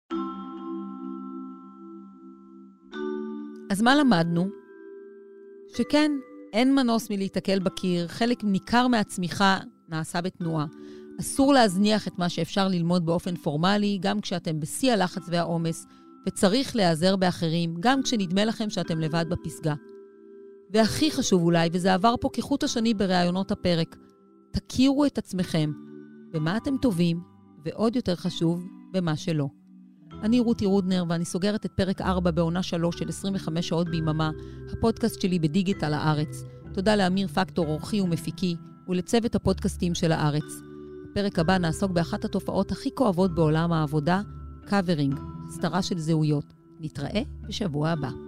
אז מה למדנו? שכן, אין מנוס מלהתקל בקיר, חלק ניכר מהצמיחה נעשה בתנועה. אסור להזניח את מה שאפשר ללמוד באופן פורמלי, גם כשאתם בשיא הלחץ והעומס, וצריך להיעזר באחרים, גם כשנדמה לכם שאתם לבד בפסגה. והכי חשוב אולי, וזה עבר פה כחוט השני בראיונות הפרק, תכירו את עצמכם, במה אתם טובים, ועוד יותר חשוב, במה שלא. אני רותי רודנר, ואני סוגרת את פרק 4 בעונה 3 של 25 שעות ביממה, הפודקאסט שלי בדיגיטל הארץ. תודה לאמיר פקטור, עורכי ומפיקי, ולצוות הפודקאסטים של הארץ. בפרק הבא נעסוק באחת התופעות הכי כואבות בעולם העבודה, קאברינג, הסתרה של זהויות. נתראה בשבוע הבא.